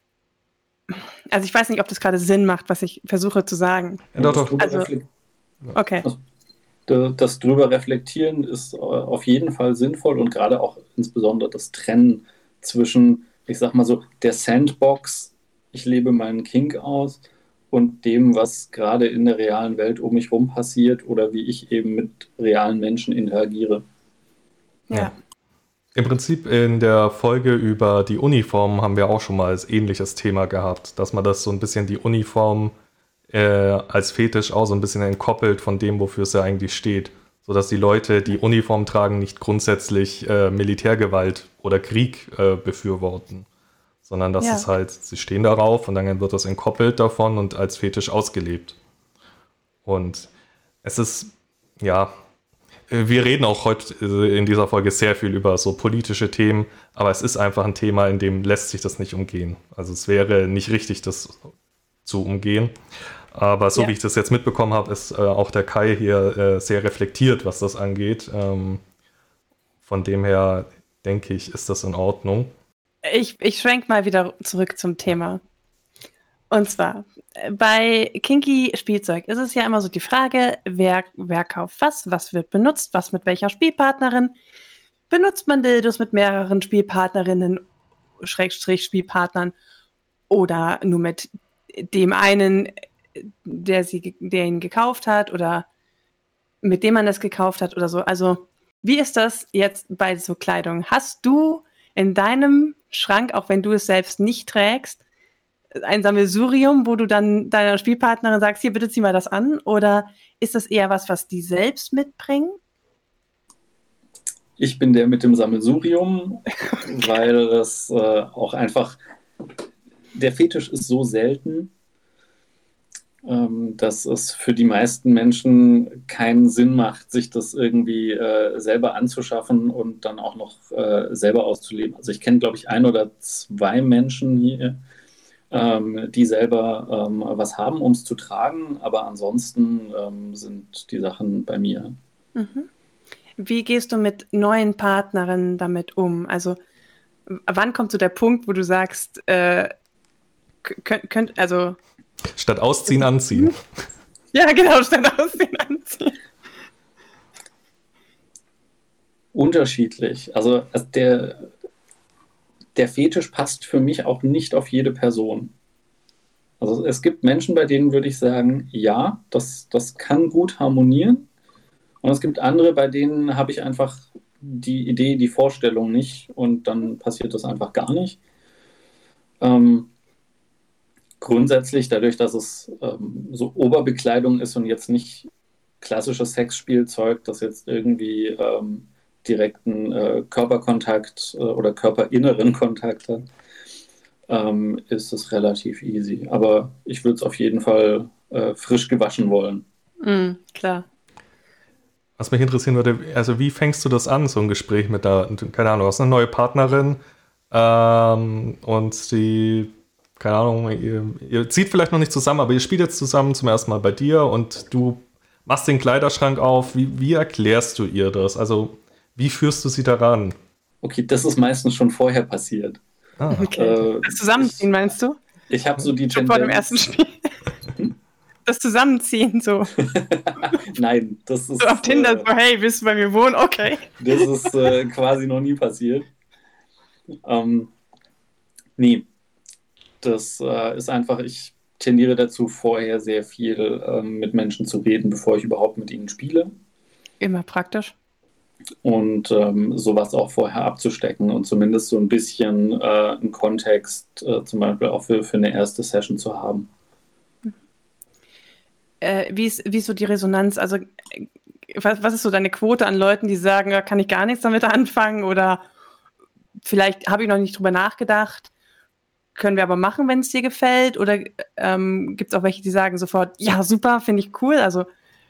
also ich weiß nicht, ob das gerade Sinn macht, was ich versuche zu sagen. Ja, doch, doch. Also, okay. Das drüber reflektieren ist auf jeden Fall sinnvoll und gerade auch insbesondere das Trennen zwischen, ich sag mal so, der Sandbox, ich lebe meinen Kink aus, und dem, was gerade in der realen Welt um mich rum passiert oder wie ich eben mit realen Menschen interagiere. Ja. ja. Im Prinzip in der Folge über die Uniform haben wir auch schon mal als ähnliches Thema gehabt, dass man das so ein bisschen die Uniform äh, als Fetisch auch so ein bisschen entkoppelt von dem, wofür es ja eigentlich steht. Sodass die Leute, die Uniform tragen, nicht grundsätzlich äh, Militärgewalt oder Krieg äh, befürworten. sondern das Ja. ist halt, sie stehen darauf und dann wird das entkoppelt davon und als Fetisch ausgelebt. Und es ist, ja, wir reden auch heute in dieser Folge sehr viel über so politische Themen, aber es ist einfach ein Thema, in dem lässt sich das nicht umgehen. Also es wäre nicht richtig, das zu umgehen. Aber so Ja. wie ich das jetzt mitbekommen habe, ist äh, auch der Kai hier äh, sehr reflektiert, was das angeht. Ähm, von dem her denke ich, ist das in Ordnung. Ich, ich schwenk mal wieder zurück zum Thema. Und zwar, äh, bei Kinky Spielzeug ist es ja immer so die Frage, wer, wer kauft was, was wird benutzt, was mit welcher Spielpartnerin. Benutzt man Dildos mit mehreren Spielpartnerinnen, Schrägstrich Spielpartnern oder nur mit dem einen, der, sie, der ihn gekauft hat oder mit dem man das gekauft hat oder so. Also, wie ist das jetzt bei so Kleidung? Hast du in deinem Schrank, auch wenn du es selbst nicht trägst, ein Sammelsurium, wo du dann deiner Spielpartnerin sagst, hier, bitte zieh mal das an? Oder ist das eher was, was die selbst mitbringen? Ich bin der mit dem Sammelsurium, weil das äh, auch einfach, der Fetisch ist so selten, ähm, dass es für die meisten Menschen keinen Sinn macht, sich das irgendwie äh, selber anzuschaffen und dann auch noch äh, selber auszuleben. Also ich kenne, glaube ich, ein oder zwei Menschen hier, ähm, die selber ähm, was haben, um es zu tragen, aber ansonsten ähm, sind die Sachen bei mir. Mhm. Wie gehst du mit neuen Partnerinnen damit um? Also, w- wann kommt so der Punkt, wo du sagst, äh, könnt, könnt, also, Statt ausziehen, anziehen. ja, genau, statt aussehen anziehen. Unterschiedlich. Also, also der, der Fetisch passt für mich auch nicht auf jede Person. Also es gibt Menschen, bei denen würde ich sagen, ja, das, das kann gut harmonieren. Und es gibt andere, bei denen habe ich einfach die Idee, die Vorstellung nicht und dann passiert das einfach gar nicht. Ähm, grundsätzlich, dadurch, dass es ähm, so Oberbekleidung ist und jetzt nicht klassisches Sexspielzeug, das jetzt irgendwie ähm, direkten äh, Körperkontakt äh, oder körperinneren Kontakt hat, ähm, ist es relativ easy. Aber ich würde es auf jeden Fall äh, frisch gewaschen wollen. Mm, klar. Was mich interessieren würde, also wie fängst du das an, so ein Gespräch mit der, keine Ahnung, du hast eine neue Partnerin ähm, und die, keine Ahnung, ihr, ihr zieht vielleicht noch nicht zusammen, aber ihr spielt jetzt zusammen zum ersten Mal bei dir und du machst den Kleiderschrank auf. Wie, wie erklärst du ihr das? Also wie führst du sie daran? Okay, das ist meistens schon vorher passiert. Ah, Okay. Äh, Das Zusammenziehen, meinst du? Ich, ich habe so die Schon vor dem ersten Spiel. Hm? Das Zusammenziehen, so. Nein, das ist, So auf Tinder, äh, so, hey, willst du bei mir wohnen? Okay. das ist äh, quasi noch nie passiert. Ähm, nee, das äh, ist einfach, ich tendiere dazu, vorher sehr viel ähm, mit Menschen zu reden, bevor ich überhaupt mit ihnen spiele. Immer praktisch. Und ähm, sowas auch vorher abzustecken und zumindest so ein bisschen äh, einen Kontext äh, zum Beispiel auch für, für eine erste Session zu haben. Äh, wie, ist, wie ist so die Resonanz? Also, äh, was, was ist so deine Quote an Leuten, die sagen, ja, kann ich gar nichts damit anfangen oder vielleicht habe ich noch nicht drüber nachgedacht, können wir aber machen, wenn es dir gefällt? Oder ähm, gibt es auch welche, die sagen sofort, ja, super, finde ich cool? Also,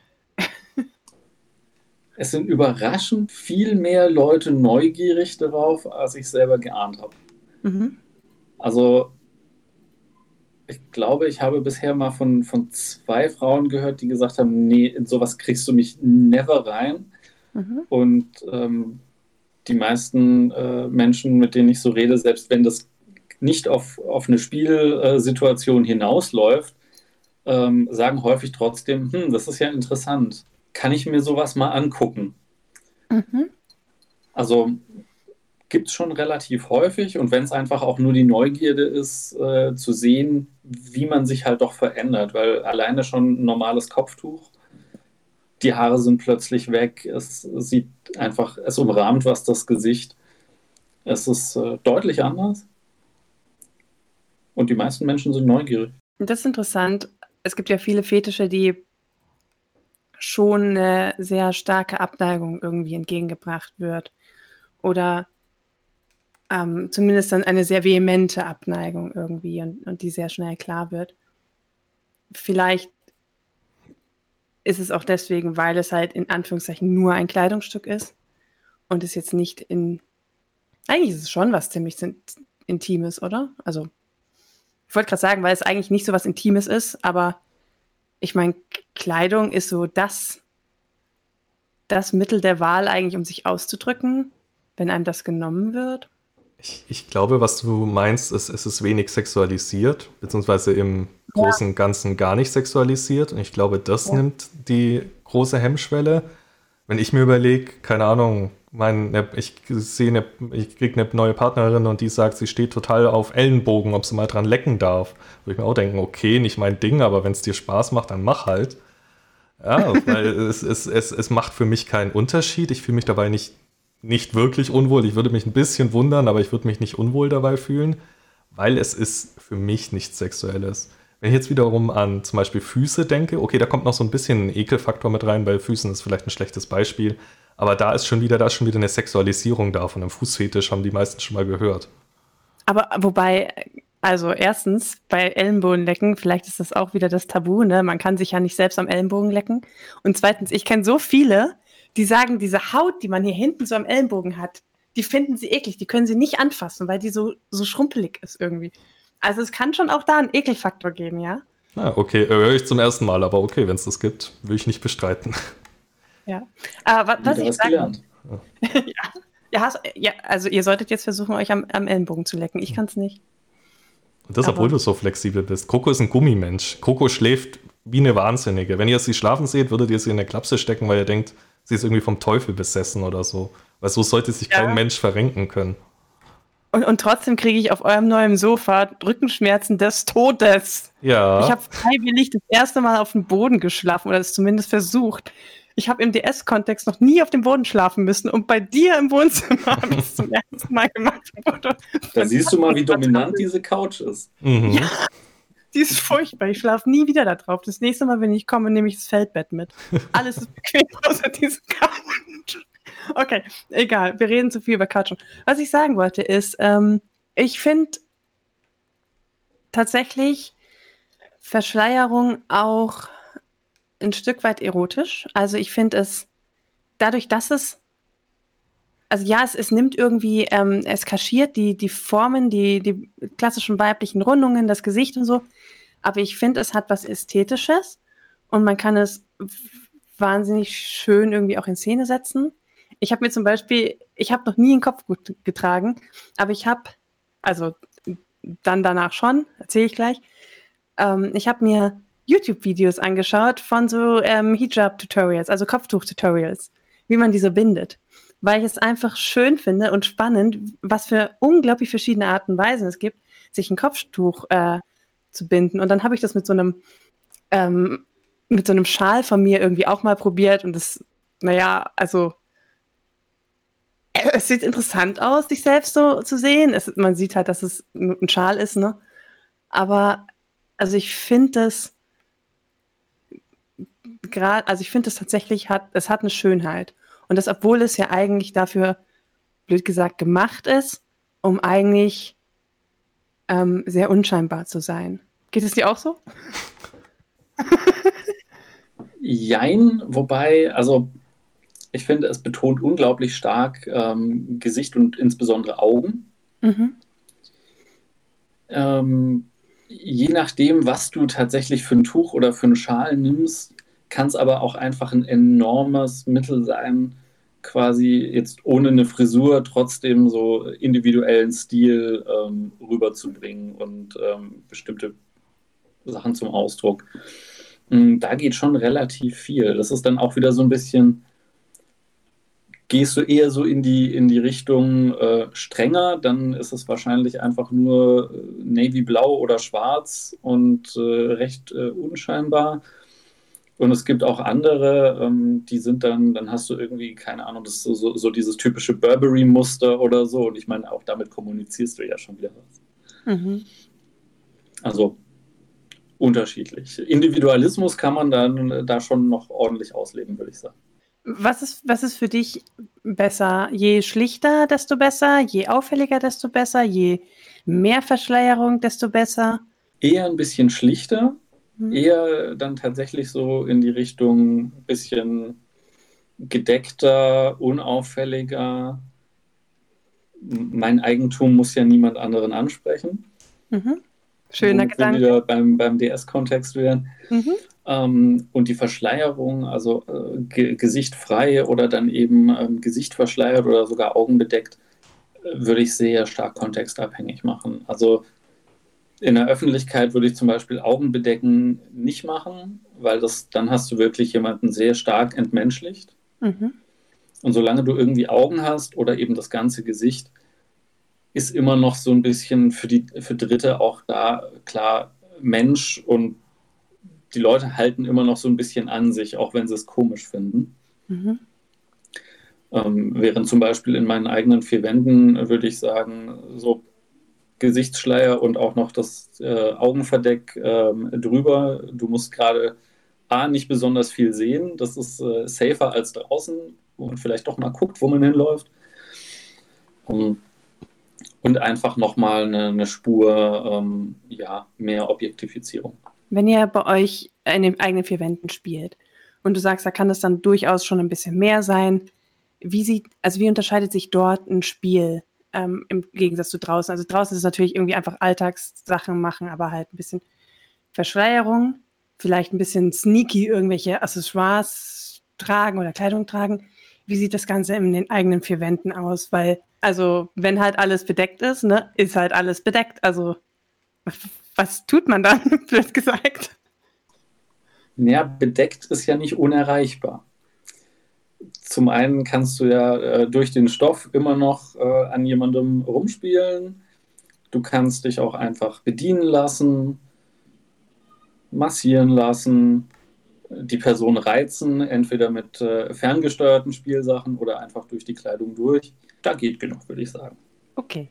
Es sind überraschend viel mehr Leute neugierig darauf, als ich selber geahnt habe. mhm. Also ich glaube, ich habe bisher mal von, von zwei Frauen gehört, die gesagt haben, nee, in sowas kriegst du mich never rein. Mhm. Und ähm, die meisten äh, Menschen, mit denen ich so rede, selbst wenn das nicht auf, auf eine Spielsituation hinausläuft, ähm, sagen häufig trotzdem, hm, das ist ja interessant. Kann ich mir sowas mal angucken? Mhm. Also gibt es schon relativ häufig und wenn es einfach auch nur die Neugierde ist, äh, zu sehen, wie man sich halt doch verändert, weil alleine schon ein normales Kopftuch, die Haare sind plötzlich weg, es sieht einfach, es umrahmt was das Gesicht. Es ist äh, deutlich anders und die meisten Menschen sind neugierig. Das ist interessant. Es gibt ja viele Fetische, die schon eine sehr starke Abneigung irgendwie entgegengebracht wird. Oder ähm, zumindest dann eine sehr vehemente Abneigung irgendwie und, und die sehr schnell klar wird. Vielleicht ist es auch deswegen, weil es halt in Anführungszeichen nur ein Kleidungsstück ist und es jetzt nicht in, eigentlich ist es schon was ziemlich Intimes, oder? Also ich wollte gerade sagen, weil es eigentlich nicht so was Intimes ist, aber ich meine, Kleidung ist so das, das Mittel der Wahl eigentlich, um sich auszudrücken, wenn einem das genommen wird. Ich, ich glaube, was du meinst, ist, es ist wenig sexualisiert, beziehungsweise im Großen und Ganzen gar nicht sexualisiert. Und ich glaube, das Ja. nimmt die große Hemmschwelle. Wenn ich mir überlege, keine Ahnung, mein, ne, ich sehe, eine, ich kriege eine neue Partnerin und die sagt, sie steht total auf Ellenbogen, ob sie mal dran lecken darf. Würde ich mir auch denken, okay, nicht mein Ding, aber wenn es dir Spaß macht, dann mach halt. Ja, weil es, es, es, es macht für mich keinen Unterschied. Ich fühle mich dabei nicht, nicht wirklich unwohl. Ich würde mich ein bisschen wundern, aber ich würde mich nicht unwohl dabei fühlen, weil es ist für mich nichts Sexuelles. Wenn ich jetzt wiederum an zum Beispiel Füße denke, okay, da kommt noch so ein bisschen ein Ekelfaktor mit rein, bei Füßen ist vielleicht ein schlechtes Beispiel, aber da ist schon wieder, da ist schon wieder eine Sexualisierung da von einem Fußfetisch, haben die meisten schon mal gehört. Aber wobei, also erstens, bei Ellenbogenlecken, vielleicht ist das auch wieder das Tabu, ne? Man kann sich ja nicht selbst am Ellenbogen lecken. Und zweitens, ich kenne so viele, die sagen, diese Haut, die man hier hinten so am Ellenbogen hat, die finden sie eklig, die können sie nicht anfassen, weil die so, so schrumpelig ist irgendwie. Also es kann schon auch da einen Ekelfaktor geben, ja? Na, okay, höre ich zum ersten Mal, aber okay, wenn es das gibt, will ich nicht bestreiten. Ja. Aber was Wieder ich was sagen gelernt. ja. Ja, hast, ja, also ihr solltet jetzt versuchen, euch am, am Ellenbogen zu lecken. Ich kann es nicht. Und das, Aber- obwohl du so flexibel bist. Coco ist ein Gummimensch. Coco schläft wie eine Wahnsinnige. Wenn ihr sie schlafen seht, würdet ihr sie in eine Klapse stecken, weil ihr denkt, sie ist irgendwie vom Teufel besessen oder so. Weil so sollte sich Ja. kein Mensch verrenken können. Und, und trotzdem kriege ich auf eurem neuen Sofa Rückenschmerzen des Todes. Ja. Ich habe freiwillig das erste Mal auf dem Boden geschlafen oder es zumindest versucht. Ich habe im D S-Kontext noch nie auf dem Boden schlafen müssen und bei dir im Wohnzimmer habe ich es zum ersten Mal gemacht. Da siehst du mal, wie dominant diese Couch ist. Mhm. Die ist furchtbar. Ich schlafe nie wieder da drauf. Das nächste Mal, wenn ich komme, nehme ich das Feldbett mit. Alles ist bequem außer diese Couch. Okay, egal. Wir reden zu viel über Couch. Was ich sagen wollte ist, ähm, ich finde tatsächlich Verschleierung auch ein Stück weit erotisch. Also ich finde es, dadurch, dass es, also ja, es, es nimmt irgendwie, ähm, es kaschiert die, die Formen, die, die klassischen weiblichen Rundungen, das Gesicht und so. Aber ich finde, es hat was Ästhetisches und man kann es wahnsinnig schön irgendwie auch in Szene setzen. Ich habe mir zum Beispiel, ich habe noch nie einen Kopftuch getragen, aber ich habe, also dann danach schon, erzähle ich gleich, ähm, ich habe mir YouTube-Videos angeschaut von so ähm, Hijab-Tutorials, also Kopftuch-Tutorials, wie man diese bindet. Weil ich es einfach schön finde und spannend, was für unglaublich verschiedene Arten und Weisen es gibt, sich ein Kopftuch äh, zu binden. Und dann habe ich das mit so einem ähm, mit so einem Schal von mir irgendwie auch mal probiert und das, naja, also äh, es sieht interessant aus, sich selbst so zu sehen. Es, man sieht halt, dass es ein Schal ist, ne? Aber also ich finde das gerade, also ich finde es tatsächlich hat, es hat eine Schönheit. Und das, obwohl es ja eigentlich dafür, blöd gesagt, gemacht ist, um eigentlich ähm, sehr unscheinbar zu sein. Geht es dir auch so? Jein, wobei, also ich finde, es betont unglaublich stark ähm, Gesicht und insbesondere Augen. Mhm. Ähm, je nachdem, was du tatsächlich für ein Tuch oder für einen Schal nimmst, kann es aber auch einfach ein enormes Mittel sein, quasi jetzt ohne eine Frisur trotzdem so individuellen Stil ähm, rüberzubringen und ähm, bestimmte Sachen zum Ausdruck. Mm, Da geht schon relativ viel. Das ist dann auch wieder so ein bisschen, gehst du eher so in die, in die Richtung äh, strenger, dann ist es wahrscheinlich einfach nur äh, Navy-Blau oder Schwarz und äh, recht äh, unscheinbar. Und es gibt auch andere, ähm, die sind dann, dann hast du irgendwie, keine Ahnung, das ist so, so, so dieses typische Burberry-Muster oder so. Und ich meine, auch damit kommunizierst du ja schon wieder was. Mhm. Also unterschiedlich. Individualismus kann man dann da schon noch ordentlich ausleben, würde ich sagen. Was ist, was ist für dich besser? Je schlichter, desto besser, je auffälliger, desto besser, je mehr Verschleierung, desto besser? Eher ein bisschen schlichter, Hm. eher dann tatsächlich so in die Richtung ein bisschen gedeckter, unauffälliger. Mein Eigentum muss ja niemand anderen ansprechen. Mhm. Schöner Womit wir Gedanke. wieder beim, beim D S-Kontext wären. Mhm. Ähm, und die Verschleierung, also äh, Ge Gesicht frei oder dann eben ähm, Gesicht verschleiert oder sogar Augen bedeckt, äh, würde ich sehr stark kontextabhängig machen. Also in der Öffentlichkeit würde ich zum Beispiel Augen bedecken nicht machen, weil das, dann hast du wirklich jemanden sehr stark entmenschlicht. Mhm. Und solange du irgendwie Augen hast oder eben das ganze Gesicht, ist immer noch so ein bisschen für die für Dritte auch da klar Mensch, und die Leute halten immer noch so ein bisschen an sich, auch wenn sie es komisch finden. Mhm. Ähm, während zum Beispiel in meinen eigenen vier Wänden, äh, würde ich sagen, so Gesichtsschleier und auch noch das äh, Augenverdeck ähm, drüber. Du musst gerade A, nicht besonders viel sehen. Das ist äh, safer als draußen, wo man vielleicht doch mal guckt, wo man hinläuft. Um, und einfach nochmal eine, eine Spur ähm, ja, mehr Objektifizierung. Wenn ihr bei euch in den eigenen vier Wänden spielt und du sagst, da kann es dann durchaus schon ein bisschen mehr sein, wie sieht, also wie unterscheidet sich dort ein Spiel ähm, im Gegensatz zu draußen? Also draußen ist es natürlich irgendwie einfach Alltagssachen machen, aber halt ein bisschen Verschleierung, vielleicht ein bisschen sneaky irgendwelche Accessoires tragen oder Kleidung tragen. Wie sieht das Ganze in den eigenen vier Wänden aus? Weil, also wenn halt alles bedeckt ist, ne, ist halt alles bedeckt. Also was tut man dann, blöd gesagt? Ja, bedeckt ist ja nicht unerreichbar. Zum einen kannst du ja äh, durch den Stoff immer noch äh, an jemandem rumspielen. Du kannst dich auch einfach bedienen lassen, massieren lassen, die Person reizen, entweder mit äh, ferngesteuerten Spielsachen oder einfach durch die Kleidung durch. Da geht genug, würde ich sagen. Okay.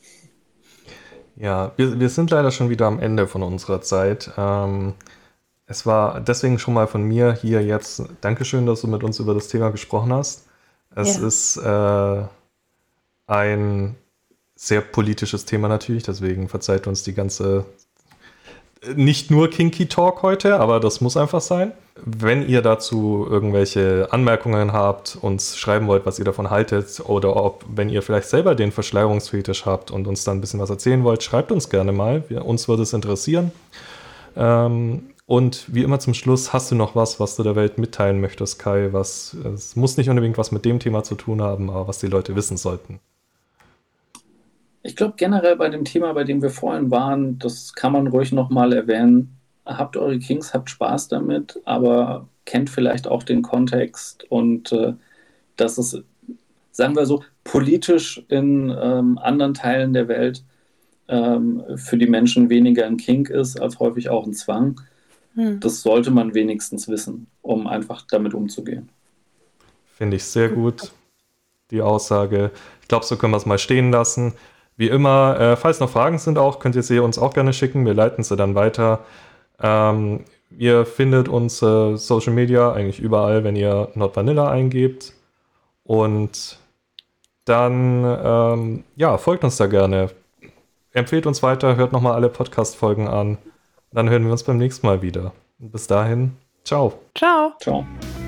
Ja, wir, wir sind leider schon wieder am Ende von unserer Zeit. Ähm, es war deswegen schon mal von mir hier jetzt Dankeschön, dass du mit uns über das Thema gesprochen hast. Es Ja. ist äh, ein sehr politisches Thema natürlich, deswegen verzeiht uns die ganze, nicht nur Kinky Talk heute, aber das muss einfach sein. Wenn ihr dazu irgendwelche Anmerkungen habt, uns schreiben wollt, was ihr davon haltet, oder ob, wenn ihr vielleicht selber den Verschleierungsfetisch habt und uns dann ein bisschen was erzählen wollt, schreibt uns gerne mal. Wir, uns würde es interessieren. Ähm, und wie immer zum Schluss, hast du noch was, was du der Welt mitteilen möchtest, Kai? Was, es muss nicht unbedingt was mit dem Thema zu tun haben, aber was die Leute wissen sollten. Ich glaube generell bei dem Thema, bei dem wir vorhin waren, das kann man ruhig nochmal erwähnen. Habt eure Kings, habt Spaß damit, aber kennt vielleicht auch den Kontext und äh, dass es, sagen wir so, politisch in ähm, anderen Teilen der Welt ähm, für die Menschen weniger ein Kink ist, als häufig auch ein Zwang. Hm. Das sollte man wenigstens wissen, um einfach damit umzugehen. Finde ich sehr gut, die Aussage. Ich glaube, so können wir es mal stehen lassen. Wie immer, äh, falls noch Fragen sind auch, könnt ihr sie uns auch gerne schicken. Wir leiten sie dann weiter. Ähm, ihr findet uns äh, Social Media eigentlich überall, wenn ihr Not Vanilla eingebt. Und dann, ähm, ja, folgt uns da gerne. Empfehlt uns weiter, hört nochmal alle Podcast-Folgen an. Dann hören wir uns beim nächsten Mal wieder. Und bis dahin, ciao. Ciao. Ciao.